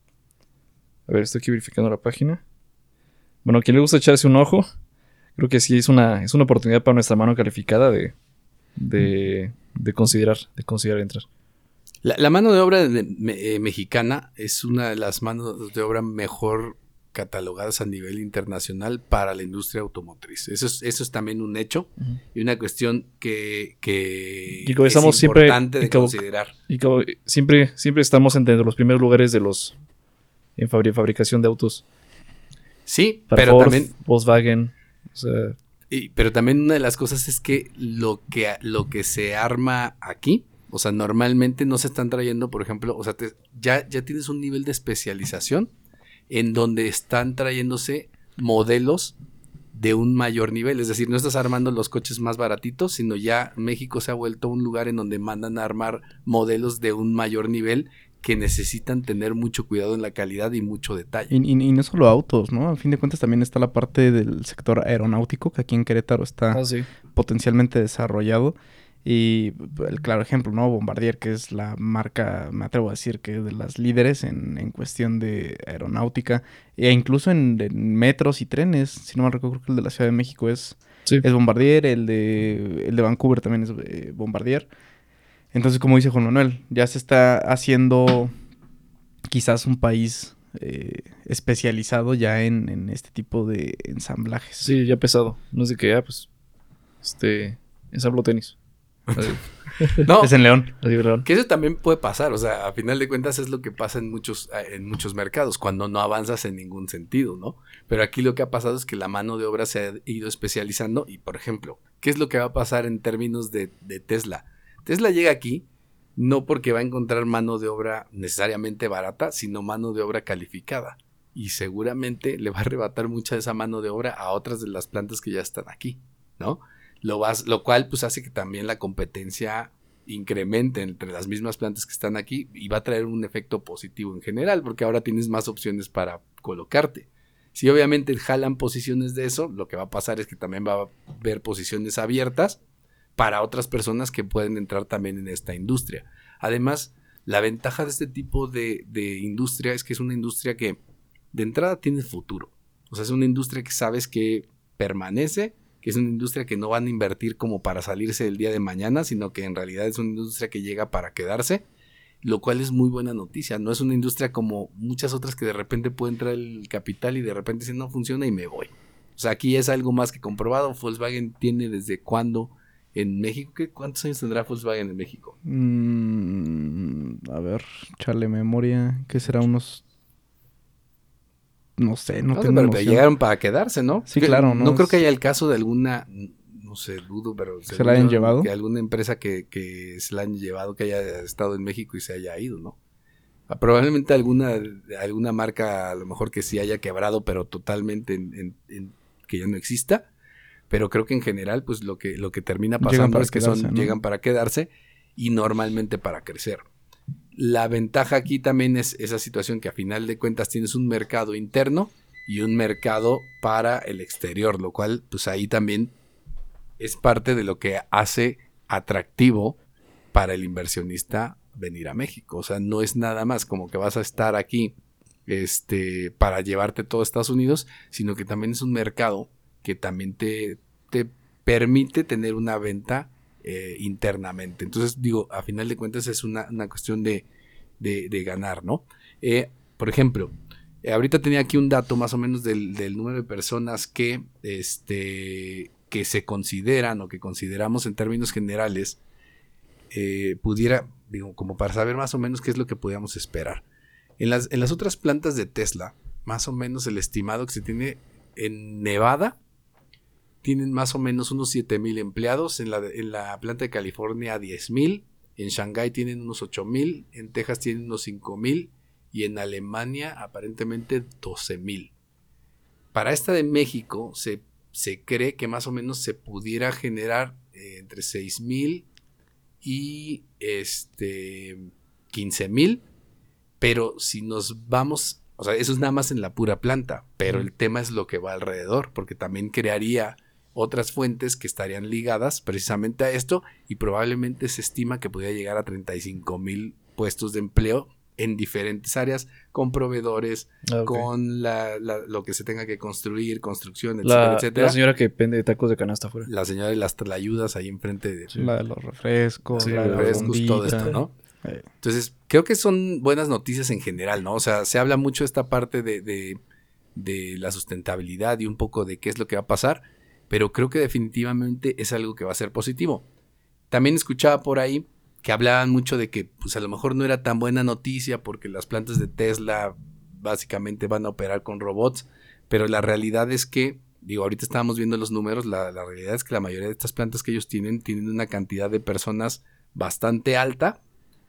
A ver, estoy aquí verificando la página. Bueno, a quien le gusta echarse un ojo, creo que sí es una, es una oportunidad para nuestra mano calificada de, de, de considerar, de considerar entrar. La, la mano de obra de, me, eh, mexicana es una de las manos de obra mejor catalogadas a nivel internacional para la industria automotriz. Eso es, eso es también un hecho uh-huh. y una cuestión que, que y como es estamos importante siempre, de y como, considerar. Y como siempre, siempre estamos entre los primeros lugares de los en fabri- fabricación de autos. Sí, para pero Ford, también Volkswagen, o sea, y, pero también una de las cosas es que lo que lo que se arma aquí, o sea, normalmente no se están trayendo, por ejemplo, o sea, te, ya ya tienes un nivel de especialización en donde están trayéndose modelos de un mayor nivel. Es decir, no estás armando los coches más baratitos, sino ya México se ha vuelto un lugar en donde mandan a armar modelos de un mayor nivel que necesitan tener mucho cuidado en la calidad y mucho detalle. Y, y, y no solo autos, ¿no? A fin de cuentas también está la parte del sector aeronáutico, que aquí en Querétaro está ah, sí. potencialmente desarrollado. Y el claro ejemplo, ¿no? Bombardier, que es la marca, me atrevo a decir, que es de las líderes en, en cuestión de aeronáutica. E incluso en, en metros y trenes, si no me recuerdo, creo que el de la Ciudad de México es, sí. es Bombardier, el de, el de Vancouver también es eh, Bombardier. Entonces, como dice Juan Manuel, ya se está haciendo quizás un país eh, especializado ya en, en este tipo de ensamblajes. Sí, ya pesado. No sé qué, ah, pues, este, ensamblo tenis. No, es en León. Que eso también puede pasar, o sea, a final de cuentas es lo que pasa en muchos, en muchos mercados, cuando no avanzas en ningún sentido, ¿no? Pero aquí lo que ha pasado es que la mano de obra se ha ido especializando y, por ejemplo, ¿qué es lo que va a pasar en términos de, de Tesla? Tesla llega aquí no porque va a encontrar mano de obra necesariamente barata, sino mano de obra calificada. Y seguramente le va a arrebatar mucha de esa mano de obra a otras de las plantas que ya están aquí, ¿no? Lo, vas, lo cual pues hace que también la competencia incremente entre las mismas plantas que están aquí y va a traer un efecto positivo en general porque ahora tienes más opciones para colocarte. Si obviamente jalan posiciones de eso, lo que va a pasar es que también va a haber posiciones abiertas para otras personas que pueden entrar también en esta industria. Además, la ventaja de este tipo de, de industria es que es una industria que de entrada tiene futuro. O sea, es una industria que sabes que permanece, que es una industria que no van a invertir como para salirse el día de mañana, sino que en realidad es una industria que llega para quedarse, lo cual es muy buena noticia. No es una industria como muchas otras que de repente puede entrar el capital y de repente si no funciona y me voy. O sea, aquí es algo más que comprobado. Volkswagen tiene desde cuándo en México. ¿Qué, ¿Cuántos años tendrá Volkswagen en México? Mm, a ver, echarle memoria, ¿qué será? Unos... No sé, no, no tengo pero noción. Llegaron para quedarse, ¿no? Sí, claro. No, no es... creo que haya el caso de alguna, no sé, dudo, pero... ¿Se la hayan llevado? Que alguna empresa que, que se la han llevado, que haya estado en México y se haya ido, ¿no? Probablemente alguna, alguna marca, a lo mejor que sí haya quebrado, pero totalmente en, en, en, que ya no exista. Pero creo que en general, pues lo que, lo que termina pasando es que son, ¿no? Llegan para quedarse y normalmente para crecer. La ventaja aquí también es esa situación que a final de cuentas tienes un mercado interno y un mercado para el exterior, lo cual pues ahí también es parte de lo que hace atractivo para el inversionista venir a México. O sea, no es nada más como que vas a estar aquí este, para llevarte todo a Estados Unidos, sino que también es un mercado que también te, te permite tener una venta Eh, internamente. Entonces, digo, a final de cuentas es una, una cuestión de, de, de ganar, ¿no? Eh, por ejemplo, Eh, ahorita tenía aquí un dato más o menos del, del número de personas que, este, que se consideran o que consideramos en términos generales, eh, pudiera, digo, como para saber más o menos qué es lo que podíamos esperar. En las, en las otras plantas de Tesla, más o menos el estimado que se tiene en Nevada, tienen más o menos unos siete mil empleados, en la, en la planta de California diez mil, en Shanghái tienen unos ocho mil, en Texas tienen unos cinco mil y en Alemania aparentemente doce mil. Para esta de México se, se cree que más o menos se pudiera generar eh, entre seis mil y este, quince mil, pero si nos vamos, o sea, eso es nada más en la pura planta, pero el tema es lo que va alrededor, porque también crearía otras fuentes que estarían ligadas precisamente a esto y probablemente se estima que podría llegar a treinta y cinco mil puestos de empleo en diferentes áreas, con proveedores, okay. con la, la, lo que se tenga que construir, construcción, etcétera, la, etcétera. La señora que vende de tacos de canasta afuera. La señora de las ayudas ahí enfrente de... Sí. La de los refrescos, sí, la de los refrescos, bombita. todo esto, ¿no? Eh. Entonces, creo que son buenas noticias en general, ¿no? O sea, se habla mucho de esta parte de, de, de la sustentabilidad y un poco de qué es lo que va a pasar, pero creo que definitivamente es algo que va a ser positivo. También escuchaba por ahí que hablaban mucho de que pues a lo mejor no era tan buena noticia porque las plantas de Tesla básicamente van a operar con robots, pero la realidad es que, digo, ahorita estábamos viendo los números, la, la realidad es que la mayoría de estas plantas que ellos tienen, tienen una cantidad de personas bastante alta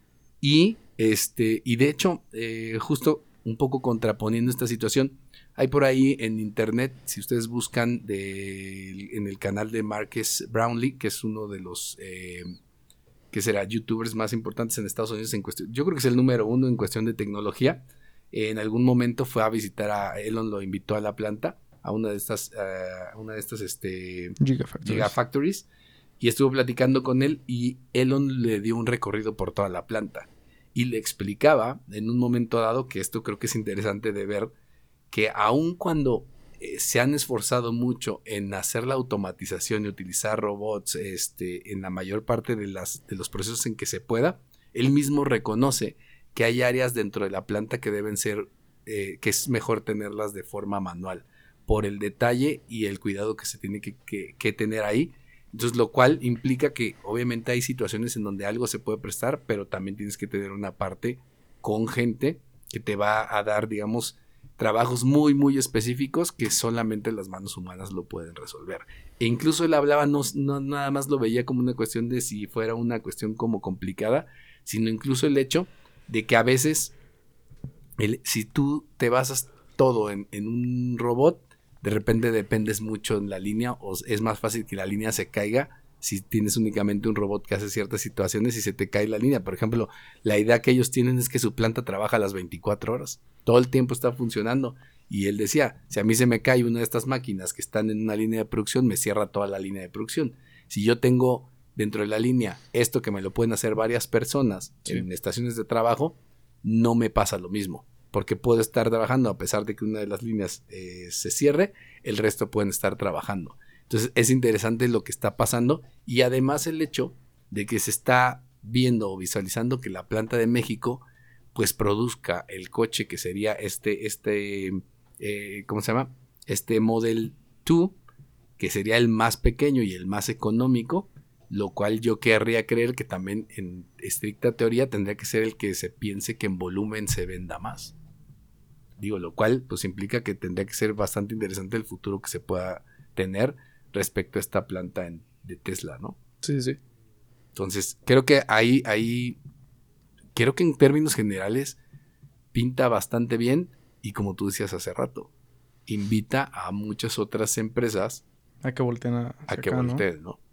y, este, y de hecho, eh, justo un poco contraponiendo esta situación, hay por ahí en internet, si ustedes buscan de, en el canal de Marques Brownlee, que es uno de los... Eh, que será youtubers más importantes en Estados Unidos en cuestión, yo creo que es el número uno en cuestión de tecnología. Eh, en algún momento fue a visitar a Elon, lo invitó a la planta, a una de estas, uh, una de estas este, Gigafactories. Gigafactories, y estuvo platicando con él y Elon le dio un recorrido por toda la planta y le explicaba en un momento dado, que esto creo que es interesante de ver, que aun cuando eh, se han esforzado mucho en hacer la automatización y utilizar robots este, en la mayor parte de, las, de los procesos en que se pueda, él mismo reconoce que hay áreas dentro de la planta que deben ser, eh, que es mejor tenerlas de forma manual, por el detalle y el cuidado que se tiene que, que, que tener ahí. Entonces, lo cual implica que obviamente hay situaciones en donde algo se puede prestar, pero también tienes que tener una parte con gente que te va a dar, digamos, trabajos muy, muy específicos que solamente las manos humanas lo pueden resolver. E incluso él hablaba, no, no nada más lo veía como una cuestión de si fuera una cuestión como complicada, sino incluso el hecho de que a veces, el, si tú te basas todo en, en un robot, de repente dependes mucho en la línea, o es más fácil que la línea se caiga si tienes únicamente un robot que hace ciertas situaciones y se te cae la línea. Por ejemplo, la idea que ellos tienen es que su planta trabaja a las veinticuatro horas. Todo el tiempo está funcionando. Y él decía, si a mí se me cae una de estas máquinas que están en una línea de producción, me cierra toda la línea de producción. Si yo tengo dentro de la línea esto que me lo pueden hacer varias personas sí. en estaciones de trabajo, no me pasa lo mismo. Porque puedo estar trabajando a pesar de que una de las líneas eh, se cierre, el resto pueden estar trabajando. Entonces es interesante lo que está pasando y además el hecho de que se está viendo o visualizando que la planta de México pues produzca el coche que sería este, este eh, ¿cómo se llama? Este Model dos, que sería el más pequeño y el más económico, lo cual yo querría creer que también en estricta teoría tendría que ser el que se piense que en volumen se venda más. Digo, lo cual pues implica que tendría que ser bastante interesante el futuro que se pueda tener respecto a esta planta en, de Tesla, ¿no? Sí, sí. Entonces, creo que ahí, ahí, creo que en términos generales pinta bastante bien y como tú decías hace rato, invita a muchas otras empresas a que volteen a, a que acá, volteen, ¿no? ¿no?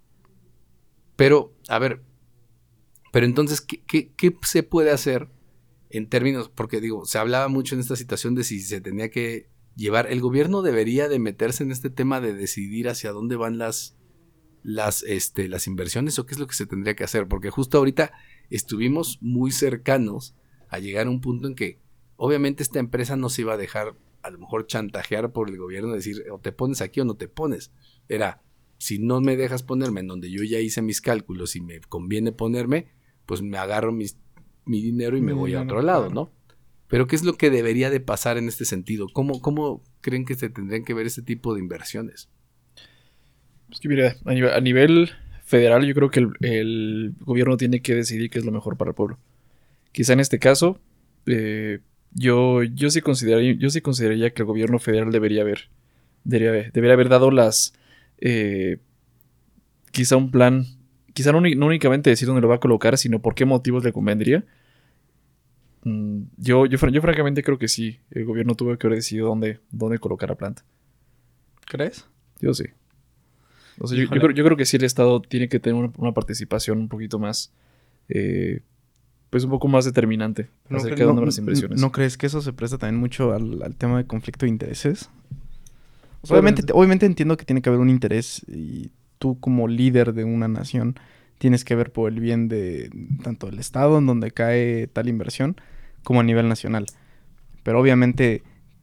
Pero, a ver, pero entonces, ¿qué, qué, qué se puede hacer en términos? Porque digo, se hablaba mucho en esta situación de si se tenía que llevar, el gobierno debería de meterse en este tema de decidir hacia dónde van las, las, este, las inversiones o qué es lo que se tendría que hacer, porque justo ahorita estuvimos muy cercanos a llegar a un punto en que obviamente esta empresa no se iba a dejar a lo mejor chantajear por el gobierno, decir o te pones aquí o no te pones, era si no me dejas ponerme en donde yo ya hice mis cálculos y me conviene ponerme, pues me agarro mis, mi dinero y me voy a otro lado, ¿no? Pero ¿qué es lo que debería de pasar en este sentido? ¿Cómo, cómo creen que se tendrían que ver este tipo de inversiones? Es que mira, a nivel, a nivel federal yo creo que el, el gobierno tiene que decidir qué es lo mejor para el pueblo. Quizá en este caso, eh, yo, yo, sí consideraría, yo sí consideraría que el gobierno federal debería haber, debería, debería haber dado las... Eh, quizá un plan, quizá no, no únicamente decir dónde lo va a colocar, sino por qué motivos le convendría. Yo, yo, yo francamente creo que sí, el gobierno tuvo que haber decidido dónde, dónde colocar la planta. ¿Crees? Yo sí. O sea, yo, yo, creo, yo creo que sí el Estado tiene que tener una, una participación un poquito más, eh, pues un poco más determinante no, acerca no, de las inversiones. ¿No crees que eso se presta también mucho al, al tema de conflicto de intereses? O sea, obviamente, obviamente entiendo que tiene que haber un interés y tú como líder de una nación tienes que ver por el bien de tanto del estado en donde cae tal inversión como a nivel nacional. Pero obviamente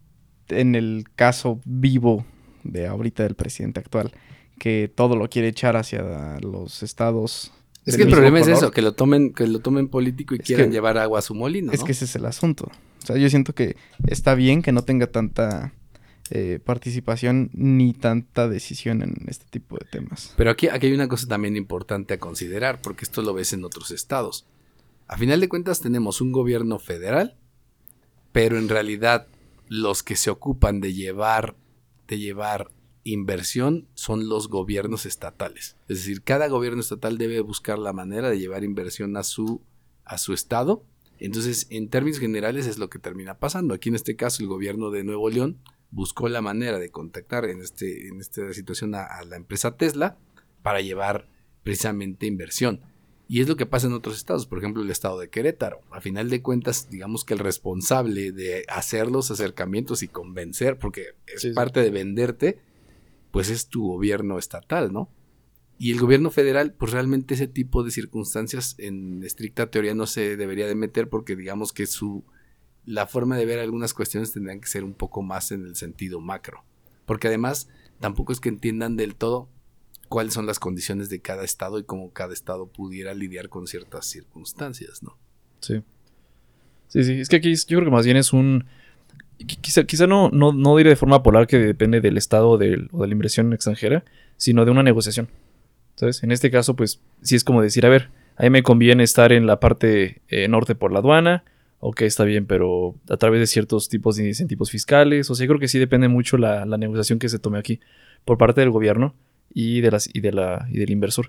en el caso vivo de ahorita del presidente actual, que todo lo quiere echar hacia los estados. Es que el problema es eso, que lo tomen, que lo tomen político y es quieran que, llevar agua a su molino, ¿no? Es que ese es el asunto. O sea, yo siento que está bien que no tenga tanta eh, participación ni tanta decisión en este tipo de temas. Pero aquí, aquí hay una cosa también importante a considerar, porque esto lo ves en otros estados. A final de cuentas tenemos un gobierno federal, pero en realidad los que se ocupan de llevar, de llevar inversión son los gobiernos estatales. Es decir, cada gobierno estatal debe buscar la manera de llevar inversión a su, a su estado. Entonces, en términos generales es lo que termina pasando. Aquí en este caso el gobierno de Nuevo León buscó la manera de contactar en, este, en esta situación a, a la empresa Tesla para llevar precisamente inversión. Y es lo que pasa en otros estados, por ejemplo el estado de Querétaro. A final de cuentas, digamos que el responsable de hacer los acercamientos y convencer, porque es sí, parte sí. de venderte, pues es tu gobierno estatal, ¿no? Y el gobierno federal, pues realmente ese tipo de circunstancias en estricta teoría no se debería de meter porque digamos que su la forma de ver algunas cuestiones tendrían que ser un poco más en el sentido macro. Porque además tampoco es que entiendan del todo cuáles son las condiciones de cada estado y cómo cada estado pudiera lidiar con ciertas circunstancias, ¿no? Sí. Sí, sí. Es que aquí yo creo que más bien es un... Quizá, quizá no, no, no diré de forma polar que depende del estado de, o de la inversión extranjera, sino de una negociación. ¿Sabes? En este caso, pues, sí es como decir, a ver, a mí me conviene estar en la parte eh, norte por la aduana, ok, está bien, pero a través de ciertos tipos de incentivos fiscales, o sea, yo creo que sí depende mucho la, la negociación que se tome aquí por parte del gobierno y, de las, y, de la, y del inversor.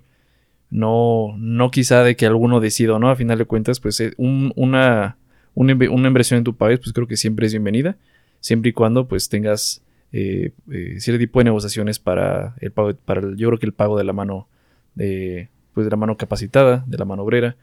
No, no quizá de que alguno decida o no, a final de cuentas, pues un, una, una, una inversión en tu país, pues creo que siempre es bienvenida, siempre y cuando pues tengas eh, eh, cierto tipo de negociaciones para el pago, para el, yo creo que el pago de la mano, de, pues de la mano capacitada, de la mano obrera,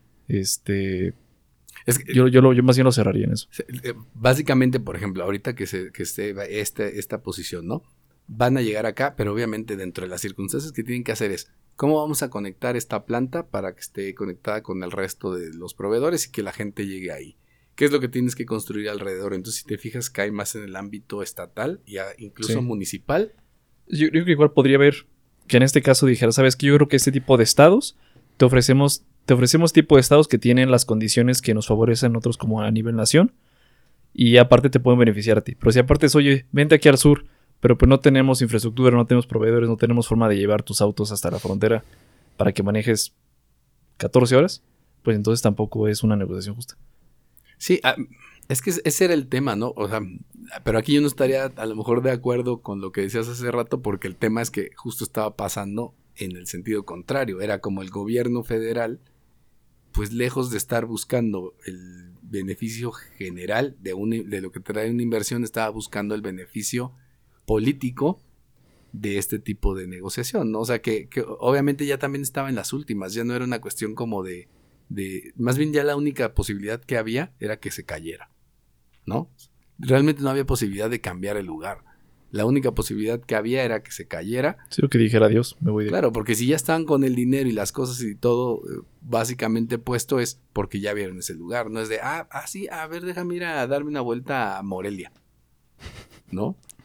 este... Es que, yo, yo, lo, yo más bien lo cerraría en eso. Básicamente, por ejemplo, ahorita que, se, que esté esta, esta posición, ¿no? Van a llegar acá, pero obviamente dentro de las circunstancias que tienen que hacer es ¿cómo vamos a conectar esta planta para que esté conectada con el resto de los proveedores y que la gente llegue ahí? ¿Qué es lo que tienes que construir alrededor? Entonces, si te fijas, cae más en el ámbito estatal e incluso sí. municipal. Yo, yo creo que igual podría haber que en este caso dijera, ¿sabes qué? Yo creo que este tipo de estados te ofrecemos... Te ofrecemos tipo de estados que tienen las condiciones que nos favorecen nosotros como a nivel nación y aparte te pueden beneficiar a ti. Pero si aparte es, oye, vente aquí al sur, pero pues no tenemos infraestructura, no tenemos proveedores, no tenemos forma de llevar tus autos hasta la frontera para que manejes catorce horas, pues entonces tampoco es una negociación justa. Sí, es que ese era el tema, ¿no? O sea, pero aquí yo no estaría a lo mejor de acuerdo con lo que decías hace rato porque el tema es que justo estaba pasando en el sentido contrario. Era como el gobierno federal, pues lejos de estar buscando el beneficio general de, un, de lo que trae una inversión, estaba buscando el beneficio político de este tipo de negociación, ¿no? O sea, que, que obviamente ya también estaba en las últimas, ya no era una cuestión como de, de... Más bien ya la única posibilidad que había era que se cayera, ¿no? Realmente no había posibilidad de cambiar el lugar. La única posibilidad que había era que se cayera. Sí, lo que dijera adiós, me voy de... Claro, porque si ya estaban con el dinero y las cosas y todo básicamente puesto es porque ya vieron ese lugar. No es de, ah, ah sí, a ver, déjame ir a darme una vuelta a Morelia, ¿no?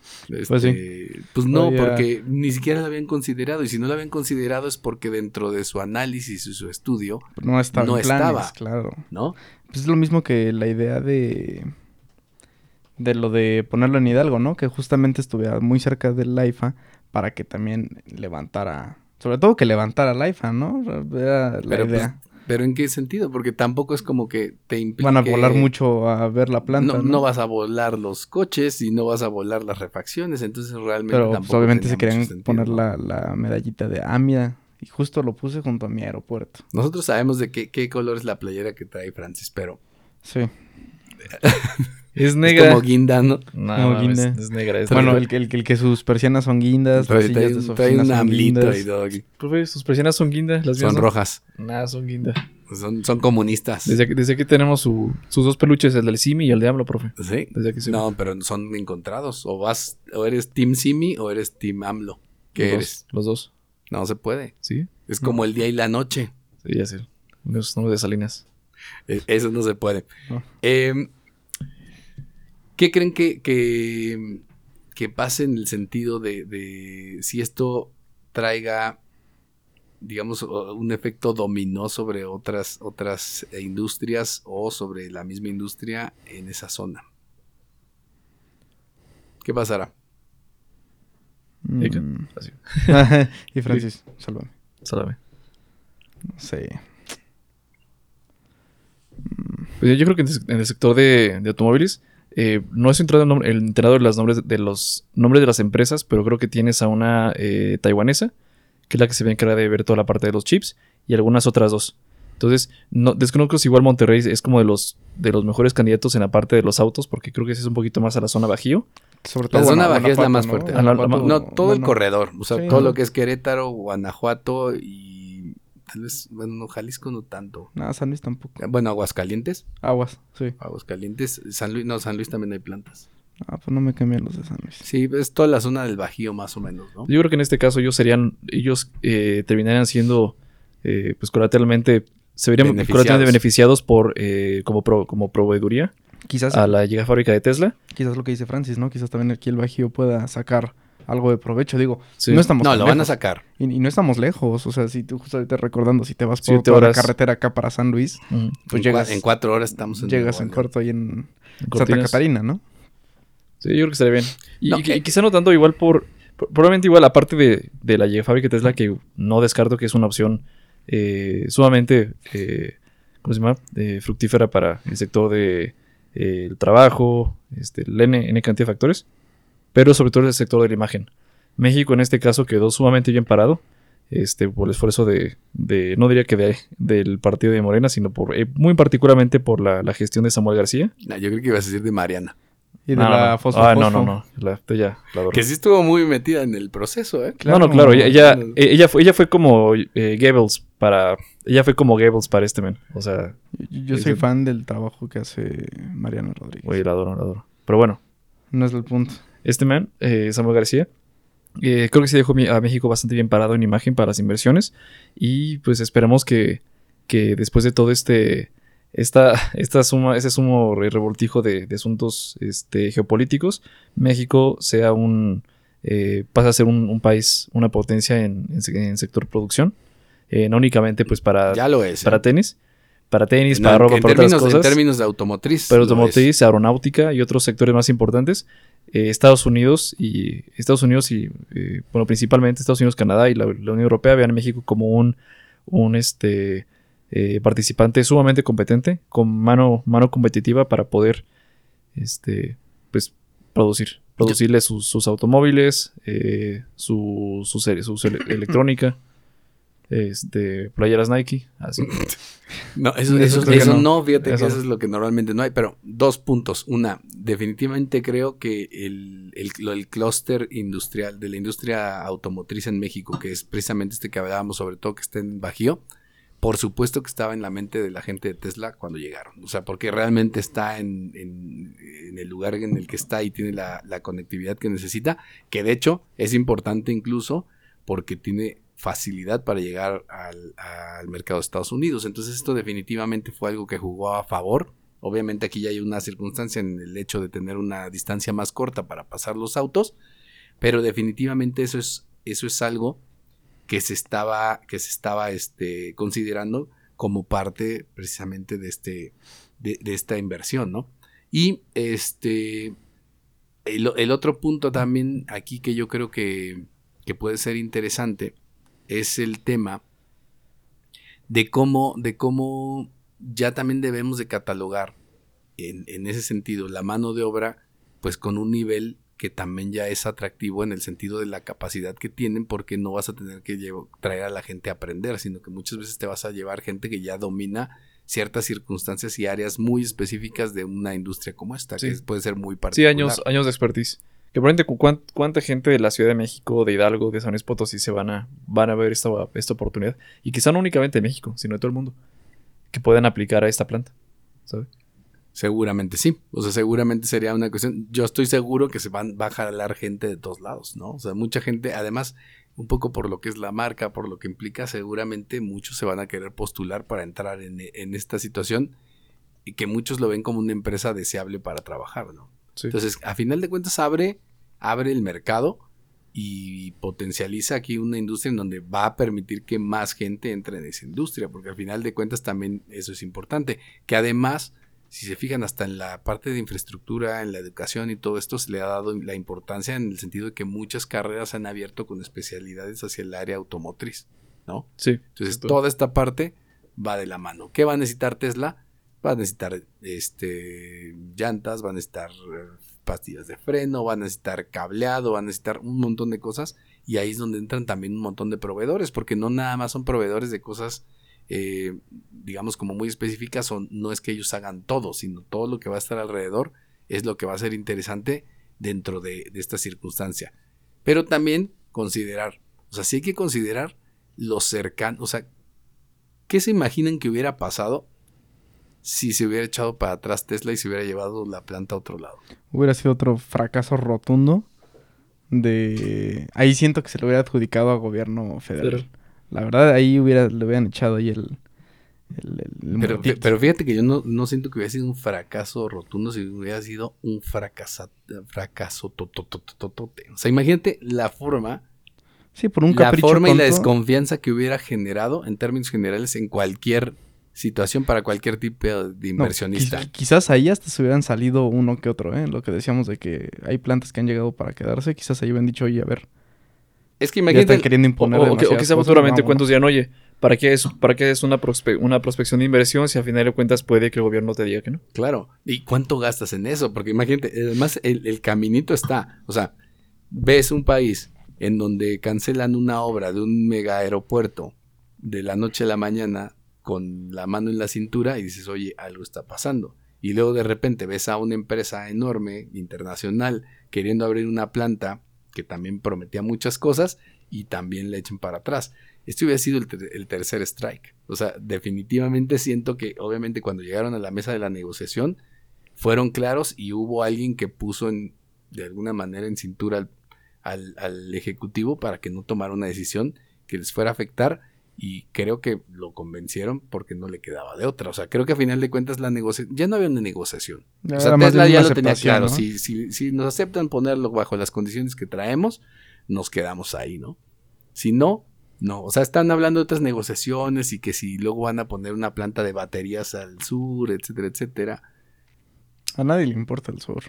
Este, Pues sí. Pues no, Oye, porque ni siquiera lo habían considerado. Y si no lo habían considerado es porque dentro de su análisis y su estudio No estaba no en planes, estaba. claro. ¿no? Pues es lo mismo que la idea de... De lo de ponerlo en Hidalgo, ¿no? Que justamente estuviera muy cerca del AIFA para que también levantara... Sobre todo que levantara el AIFA, ¿no? Era la Pero, idea. pues, ¿pero en qué sentido? Porque tampoco es como que te implique... Van a volar mucho a ver la planta, no, ¿no? no vas a volar los coches y no vas a volar las refacciones. Entonces realmente Pero pues, tampoco obviamente se tenía querían mucho sentido, poner ¿no? la, la medallita de... Ah, mira, y justo lo puse junto a mi aeropuerto. Nosotros sabemos de qué, qué color es la playera que trae Francis, pero... Sí. Es Es negra. como guinda, ¿no? No, Como mames, guinda. es negra. Es Bueno, negra. el, que- el, que- el que sus persianas son guindas, las Trae, sillas trae de su un, trae oficina un son amblito guindas. y Doggy. Profe, sus persianas son guinda. Las mías Son no. rojas. Nada, son guinda. Son, son comunistas. Desde aquí, desde aquí tenemos su- sus dos peluches, el del Simi y el de AMLO, profe. ¿Sí? Desde aquí se No, pero son encontrados. O vas, o eres Team Simi o eres Team AMLO. ¿Qué los eres? Dos, los dos. No se puede. ¿Sí? Es como el día y la noche. Sí, ya sé. Unos nombres de Salinas. Eh, Eso no se puede. No. Eh, ¿Qué creen que, que, que pase en el sentido de, de si esto traiga, digamos, o- un efecto dominó sobre otras, otras eh, industrias o sobre la misma industria en esa zona? ¿Qué pasará? Erika, Mm. así. Y Francis, sálvame. Sálvame. No sé. Pues yo creo que en el- en el sector de, de automóviles eh, no es entrado el, nombre- el enterado de los nombres de los nombres de las empresas, pero creo que tienes a una eh, taiwanesa, que es la que se va a encargar de ver toda la parte de los chips, y algunas otras dos. Entonces, no, desconozco si igual Monterrey es como de los de los mejores candidatos en la parte de los autos, porque creo que ese es un poquito más a la zona Bajío. Sobre La todo zona Guana- baja es la Guanajuato, más ¿no? fuerte. Ah, la- la- Guanajuato, No, todo el bueno, corredor. O sea, sí, todo ¿no? lo que es Querétaro, Guanajuato y tal vez, bueno, no, Jalisco no tanto. Nada, San Luis tampoco. Bueno, Aguascalientes. Aguas, sí. Aguascalientes, San Luis, no, San Luis también hay plantas. Ah, pues no me cambian los de San Luis. Sí, es toda la zona del Bajío más o menos, ¿no? Yo creo que en este caso ellos serían, ellos eh, terminarían siendo, eh, pues colateralmente, se verían Beneficiados. colateralmente beneficiados por eh, como pro- como proveeduría Quizás, a la gigafábrica de Tesla. quizás lo que dice Francis, ¿no? Quizás también aquí el Bajío pueda sacar algo de provecho. Digo, Sí. no estamos No, tan lo van a lejos. sacar. Y, y no estamos lejos. O sea, si tú justo ahorita recordando, si te vas por Siete toda la horas. carretera acá para San Luis, Ujú. pues en, llegas, cua- en cuatro horas estamos en llegas Nuevo en León. corto ahí en En Santa Cortinas. Catarina, ¿no? Sí, yo creo que estaría bien. Y, No, y- eh. y quizá no tanto igual por, por- probablemente igual aparte de, de la gigafábrica de Tesla, que no descarto que es una opción eh, sumamente, eh, ¿cómo se llama? Eh, fructífera para el sector de eh, el trabajo, este, el N, N cantidad de factores, pero sobre todo el sector de la imagen. México en este caso quedó sumamente bien parado, este, por el esfuerzo de, de no diría que de, del partido de Morena, sino por, eh, muy particularmente por la, la gestión de Samuel García. No, yo creo que ibas a decir de Mariana. Y de No, no, la no. fosfo, Ah, no, fosfo. no, no, la, ella la adoro. Que sí estuvo muy metida en el proceso, ¿eh? No, no, claro, ella, ella, eh, ella fue, ella fue como eh, Goebbels para, ella fue como Goebbels para este men, o sea, Yo, yo Sí, soy sí. fan del trabajo que hace Mariano Rodríguez. güey, la adoro, la adoro. Pero bueno, No es el punto. este man, eh, Samuel García, eh, creo que sí dejó mi- a México bastante bien parado en imagen para las inversiones y pues esperamos que, que después de todo este, esta, esta suma, ese sumo re- revoltijo de, de asuntos este, geopolíticos, México sea un, eh, pasa a ser un, un país, una potencia en, en, se- en sector producción, eh, no únicamente pues para, Ya lo es. ¿eh? para tenis, para tenis, No, para ropa, en, para otras términos, en cosas. términos de automotriz. Pero lo es. automotriz, aeronáutica y otros sectores más importantes. eh, Estados Unidos y Estados Unidos y eh, bueno, principalmente Estados Unidos, Canadá y la, la Unión Europea vean a México como un, un este eh, participante sumamente competente, con mano, mano competitiva para poder este pues producir, producirle sus, sus automóviles, eh, su, su, serie- su ele- electrónica, este playeras Nike, así. No, eso, Eso eso, creo que eso no. no, fíjate Eso que eso no. es lo que normalmente no hay. Pero dos puntos. Una, definitivamente creo que el, el, lo- el clúster industrial de la industria automotriz en México, que es precisamente este que hablábamos, sobre todo que está en Bajío, por supuesto que estaba en la mente de la gente de Tesla cuando llegaron. O sea, porque realmente está en, en, en el lugar en el que está y tiene la, la conectividad que necesita, que de hecho es importante incluso porque tiene facilidad para llegar al, al mercado de Estados Unidos. Entonces esto definitivamente fue algo que jugó a favor Obviamente aquí ya hay una circunstancia en el hecho de tener una distancia más corta para pasar los autos, pero definitivamente eso es, eso es algo que se estaba, que se estaba este, considerando como parte precisamente de, este, de, de esta inversión, ¿no? Y este, el, el otro punto también aquí que yo creo que, que puede ser interesante es el tema de cómo, de cómo ya también debemos de catalogar en, en ese sentido la mano de obra pues con un nivel que también ya es atractivo en el sentido de la capacidad que tienen, porque no vas a tener que llevo, traer a la gente a aprender, sino que muchas veces te vas a llevar gente que ya domina ciertas circunstancias y áreas muy específicas de una industria como esta, sí. que puede ser muy particular. Sí, años, años de expertise. Que probablemente ¿cuánta, cuánta gente de la Ciudad de México, de Hidalgo, de San Luis Potosí se van a, van a ver esta, esta oportunidad? Y quizá no únicamente en México, sino en todo el mundo, que puedan aplicar a esta planta, ¿sabes? Seguramente sí, o sea, seguramente sería una cuestión, yo estoy seguro que se van, va a jalar gente de todos lados, ¿no? O sea, mucha gente, además, un poco por lo que es la marca, por lo que implica, seguramente muchos se van a querer postular para entrar en, en esta situación y que muchos lo ven como una empresa deseable para trabajar, ¿no? Sí. Entonces, a final de cuentas, abre, abre el mercado y potencializa aquí una industria en donde va a permitir que más gente entre en esa industria, porque al final de cuentas también eso es importante, que además, si se fijan hasta en la parte de infraestructura, en la educación y todo esto, se le ha dado la importancia en el sentido de que muchas carreras se han abierto con especialidades hacia el área automotriz, ¿no? Sí. Entonces, toda esta parte va de la mano. ¿Qué va a necesitar Tesla? Va a necesitar este, llantas, va a necesitar pastillas de freno, va a necesitar cableado, va a necesitar un montón de cosas, y ahí es donde entran también un montón de proveedores, porque no nada más son proveedores de cosas Eh, digamos como muy específicas, o no es que ellos hagan todo, sino todo lo que va a estar alrededor es lo que va a ser interesante dentro de, de esta circunstancia. Pero también considerar, o sea, sí hay que considerar lo cercano, o sea, ¿qué se imaginan que hubiera pasado si se hubiera echado para atrás Tesla y se hubiera llevado la planta a otro lado? Hubiera sido otro fracaso rotundo de... Ahí siento que se lo hubiera adjudicado al gobierno federal. Pero... La verdad, ahí hubiera, le hubieran echado ahí el... el, el pero, pero fíjate que yo no, no siento que hubiera sido un fracaso rotundo, si hubiera sido un fracaso, fracaso tototototote. O sea, imagínate la forma... Sí, por un La capricho forma tonto. Y la desconfianza que hubiera generado en términos generales en cualquier situación para cualquier tipo de inversionista. No, quiz, quizás ahí hasta se hubieran salido uno que otro, ¿eh? Lo que decíamos de que hay plantas que han llegado para quedarse, quizás ahí hubieran dicho, oye, a ver... Es que imagínate... Ya están queriendo imponer o, o, o quizás futuramente no, cuántos dirán, oye, ¿para qué es, para qué es una, prospe una prospección de inversión si al final de cuentas puede que el gobierno te diga que no? Claro. ¿Y cuánto gastas en eso? Porque imagínate, además el, el caminito está. O sea, ves un país en donde cancelan una obra de un mega aeropuerto de la noche a la mañana con la mano en la cintura y dices, oye, algo está pasando. Y luego de repente ves a una empresa enorme, internacional, queriendo abrir una planta que también prometía muchas cosas y también le echen para atrás. Este hubiera sido el, ter el tercer strike. O sea, definitivamente siento que obviamente cuando llegaron a la mesa de la negociación fueron claros y hubo alguien que puso en, de alguna manera en cintura al, al, al ejecutivo para que no tomara una decisión que les fuera a afectar, y creo que lo convencieron porque no le quedaba de otra. O sea, creo que a final de cuentas la negociación, ya no había una negociación. O sea, Tesla ya lo tenía claro. ¿No? Si, si, si nos aceptan ponerlo bajo las condiciones que traemos, nos quedamos ahí, ¿no? Si no, no. O sea, están hablando de otras negociaciones y que si luego van a poner una planta de baterías al sur, etcétera, etcétera. A nadie le importa el sur.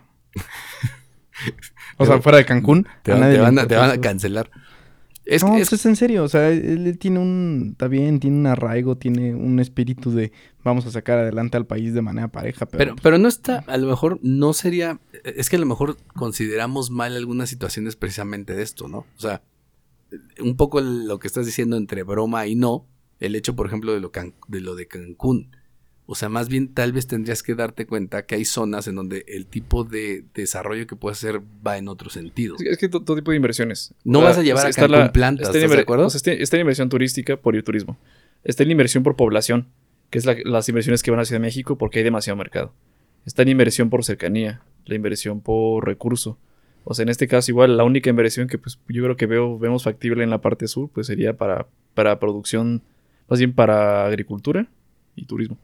O sea, fuera de Cancún, te, van, te, van, a, te van a cancelar. Es, no, es, es en serio, o sea, él, él tiene un, está bien, tiene un arraigo, tiene un espíritu de vamos a sacar adelante al país de manera pareja, pero... Pero, pero no está, a lo mejor no sería, es que a lo mejor consideramos mal algunas situaciones precisamente de esto, ¿no? O sea, un poco lo que estás diciendo entre broma y no, el hecho, por ejemplo, de lo, can, de, lo de Cancún. O sea, más bien tal vez tendrías que darte cuenta que hay zonas en donde el tipo de desarrollo que puedes hacer va en otro sentido. Es que, es que todo, todo tipo de inversiones. No o sea, vas a llevar a Cancún la, plantas, ¿estás de acuerdo? O sea, está, está la inversión turística por el turismo. Está la inversión por población, que es la, las inversiones que van a Ciudad de México porque hay demasiado mercado. Está la inversión por cercanía, la inversión por recurso. O sea, en este caso igual la única inversión que pues yo creo que veo vemos factible en la parte sur pues sería para, para producción, más bien para agricultura y turismo.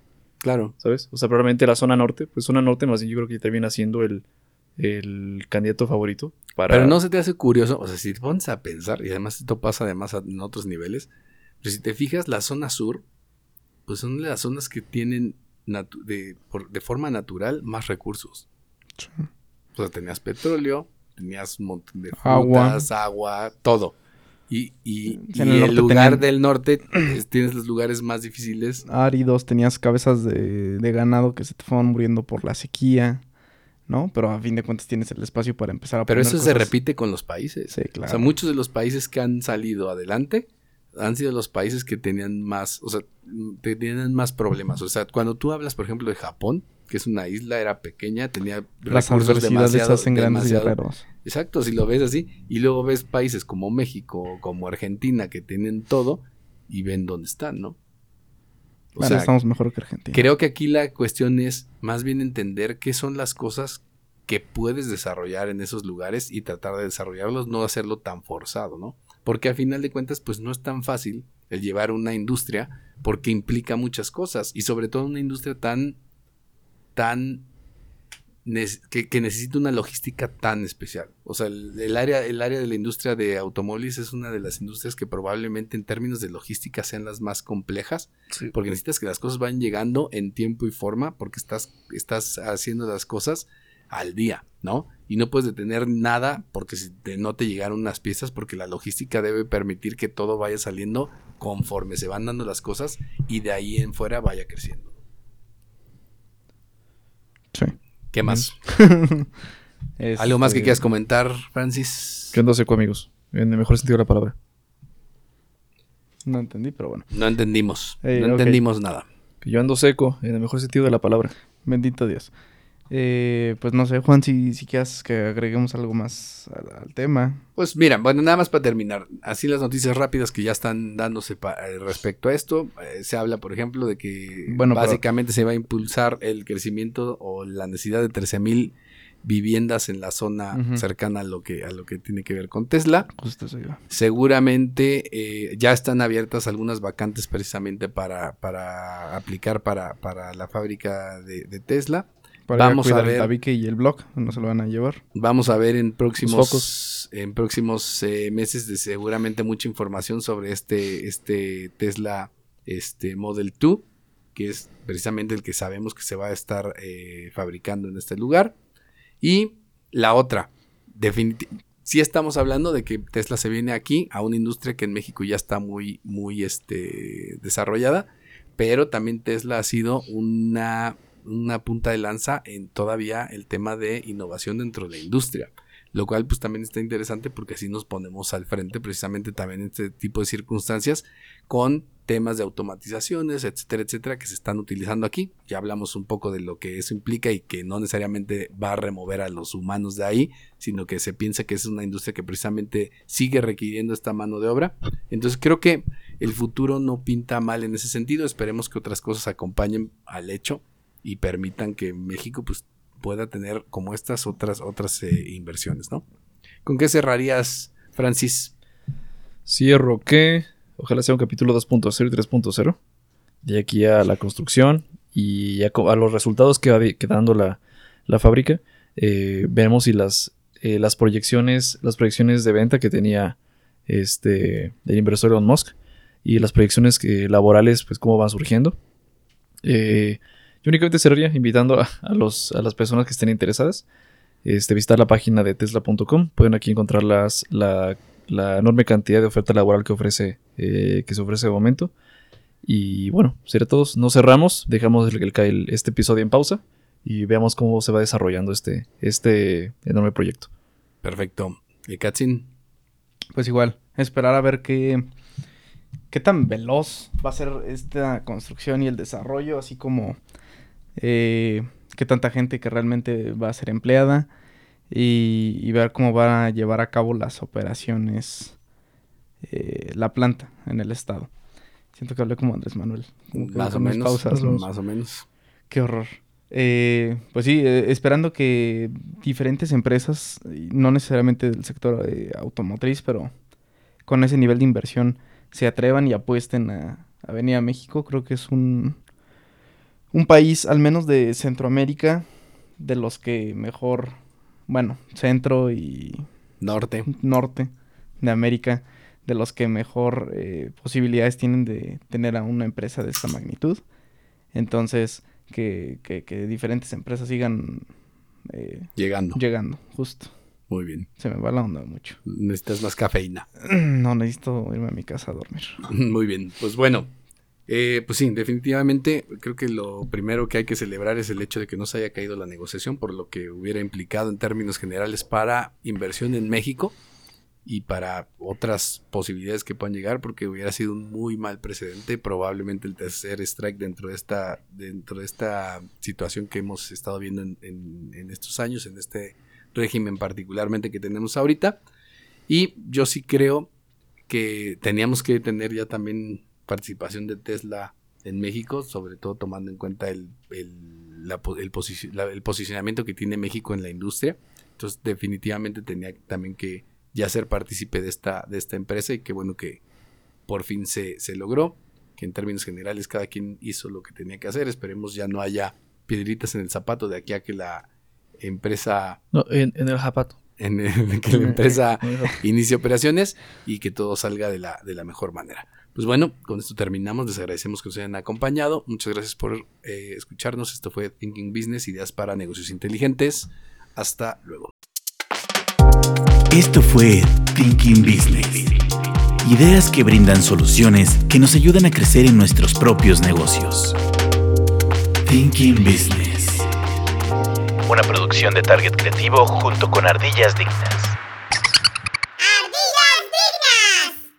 Claro. ¿Sabes? O sea, probablemente la zona norte, pues zona norte más bien yo creo que termina siendo el, el candidato favorito para... Pero no se te hace curioso, o sea, si te pones a pensar, y además esto pasa además en otros niveles, pero si te fijas, la zona sur, pues son las zonas que tienen natu- de, por, de forma natural más recursos. Sí. O sea, tenías petróleo, tenías un montón de Agua. frutas, agua, todo. Y, y, Sí, y en el, el norte lugar tenían- del norte, es- tienes los lugares más difíciles. Áridos, tenías cabezas de, de ganado que se te fueron muriendo por la sequía, ¿no? Pero a fin de cuentas tienes el espacio para empezar a Pero poner eso se cosas- repite con los países. Sí, claro. O sea, muchos de los países que han salido adelante han sido los países que tenían más, o sea, te- tenían más problemas. O sea, cuando tú hablas, por ejemplo, de Japón, que es una isla, era pequeña, tenía Las recursos adversidades demasiado, hacen grandes demasiado- guerreros. Exacto, si lo ves así. Y luego ves países como México, como Argentina, que tienen todo y ven dónde están, ¿no? O Bueno, sea, estamos mejor que Argentina. creo que aquí la cuestión es más bien entender qué son las cosas que puedes desarrollar en esos lugares y tratar de desarrollarlos, no hacerlo tan forzado, ¿no? Porque al final de cuentas, pues no es tan fácil el llevar una industria porque implica muchas cosas y sobre todo una industria tan, tan, nece- que, que necesita una logística tan especial. O sea, el, el área, el área de la industria de automóviles es una de las industrias que probablemente en términos de logística sean las más complejas. Sí. Porque necesitas que las cosas vayan llegando en tiempo y forma porque estás, estás haciendo las cosas al día, ¿no? Y no puedes detener nada porque si te- no te llegaron unas piezas porque la logística debe permitir que todo vaya saliendo conforme se van dando las cosas y de ahí en fuera vaya creciendo. Sí. ¿Qué más? Este, ¿Algo más que quieras comentar, Francis? ¿Qué onda, seco, amigos? En el mejor sentido de la palabra. No entendí, pero bueno. No entendimos. Ey, no ok. entendimos nada. Que yo ando seco, en el mejor sentido de la palabra. Bendito Dios. Eh, pues no sé, Juan, si, si quieres que agreguemos algo más al, al tema. Pues mira, bueno, nada más para terminar, así las noticias rápidas que ya están dándose pa- eh, respecto a esto, eh, se habla, por ejemplo, de que Bueno, pero- básicamente se va a impulsar el crecimiento o la necesidad de trece mil viviendas en la zona Ujú. cercana a lo que a lo que tiene que ver con Tesla. Justo eso yo. Seguramente eh, ya están abiertas algunas vacantes precisamente para, para aplicar para, para la fábrica de, de Tesla. Para Vamos ir a a cuidar ver. el tabique y el blog, no se lo van a llevar. Vamos a ver en Los próximos focos. en próximos eh, meses de seguramente mucha información sobre este este Tesla este Model dos, que es precisamente el que sabemos que se va a estar eh, fabricando en este lugar. Y la otra, definitivamente, sí estamos hablando de que Tesla se viene aquí a una industria que en México ya está muy muy este desarrollada, pero también Tesla ha sido una una punta de lanza en todavía el tema de innovación dentro de la industria, lo cual pues también está interesante porque así nos ponemos al frente precisamente también en este tipo de circunstancias con temas de automatizaciones, etcétera, etcétera, que se están utilizando aquí. Ya hablamos un poco de lo que eso implica y que no necesariamente va a remover a los humanos de ahí, sino que se piensa que es una industria que precisamente sigue requiriendo esta mano de obra. Entonces creo que el futuro no pinta mal en ese sentido. Esperemos que otras cosas acompañen al hecho y permitan que México pues pueda tener como estas otras otras eh, inversiones, ¿no? ¿Con qué cerrarías, Francis? Cierro que ojalá sea un capítulo dos punto cero y tres punto cero. De aquí a la construcción y a, co- a los resultados que va de- que dando la, la fábrica. Eh, vemos si las, eh, las proyecciones las proyecciones de venta que tenía este el inversor Elon Musk y las proyecciones que, laborales, pues cómo van surgiendo. Eh, yo únicamente cerraría invitando a, a, los, a las personas que estén interesadas. Este, visitar la página de tesla punto com. Pueden aquí encontrar las, la, la enorme cantidad de oferta laboral que ofrece eh, que se ofrece de momento. Y bueno, sería todo. No cerramos, dejamos el, el, el, este episodio en pausa y veamos cómo se va desarrollando este, este enorme proyecto. Perfecto. ¿Y Katzin? Pues igual, esperar a ver qué, qué tan veloz va a ser esta construcción y el desarrollo, así como eh, qué tanta gente que realmente va a ser empleada y, y ver cómo va a llevar a cabo las operaciones eh, la planta en el estado. Siento que hablé como Andrés Manuel. Como que Más o con mis menos. pausas, más, los- o menos. Qué horror. Eh, pues sí, eh, esperando que diferentes empresas, y no necesariamente del sector eh, automotriz, pero con ese nivel de inversión se atrevan y apuesten a, a venir a México. Creo que es un, un país, al menos de Centroamérica, de los que mejor, bueno, centro y Norte. norte de América, de los que mejor eh, posibilidades tienen de tener a una empresa de esta magnitud. Entonces, que, que, que diferentes empresas sigan eh, Llegando. llegando, justo. Muy bien. Se me va la onda mucho. Necesitas más cafeína. No, necesito irme a mi casa a dormir. Muy bien. Pues bueno, eh, pues sí, definitivamente creo que lo primero que hay que celebrar es el hecho de que no se haya caído la negociación, por lo que hubiera implicado en términos generales para inversión en México y para otras posibilidades que puedan llegar, porque hubiera sido un muy mal precedente, probablemente el tercer strike dentro de esta, dentro de esta situación que hemos estado viendo en, en, en estos años, en este régimen particularmente que tenemos ahorita. Y yo sí creo que teníamos que tener ya también participación de Tesla en México, sobre todo tomando en cuenta el, el, la, el, posici- la, el posicionamiento que tiene México en la industria. Entonces definitivamente tenía también que ya ser partícipe de esta, de esta empresa, y qué bueno que por fin se, se logró, que en términos generales cada quien hizo lo que tenía que hacer. Esperemos ya no haya piedritas en el zapato de aquí a que la empresa No, en, en el zapato. en el, que la empresa inicie operaciones y que todo salga de la, de la mejor manera. Pues bueno, con esto terminamos. Les agradecemos que nos hayan acompañado. Muchas gracias por eh, escucharnos. Esto fue Thinking Business, ideas para negocios inteligentes. Hasta luego. Esto fue Thinking Business. Ideas que brindan soluciones que nos ayudan a crecer en nuestros propios negocios. Thinking Business. Una producción de Target Creativo junto con Ardillas Dignas.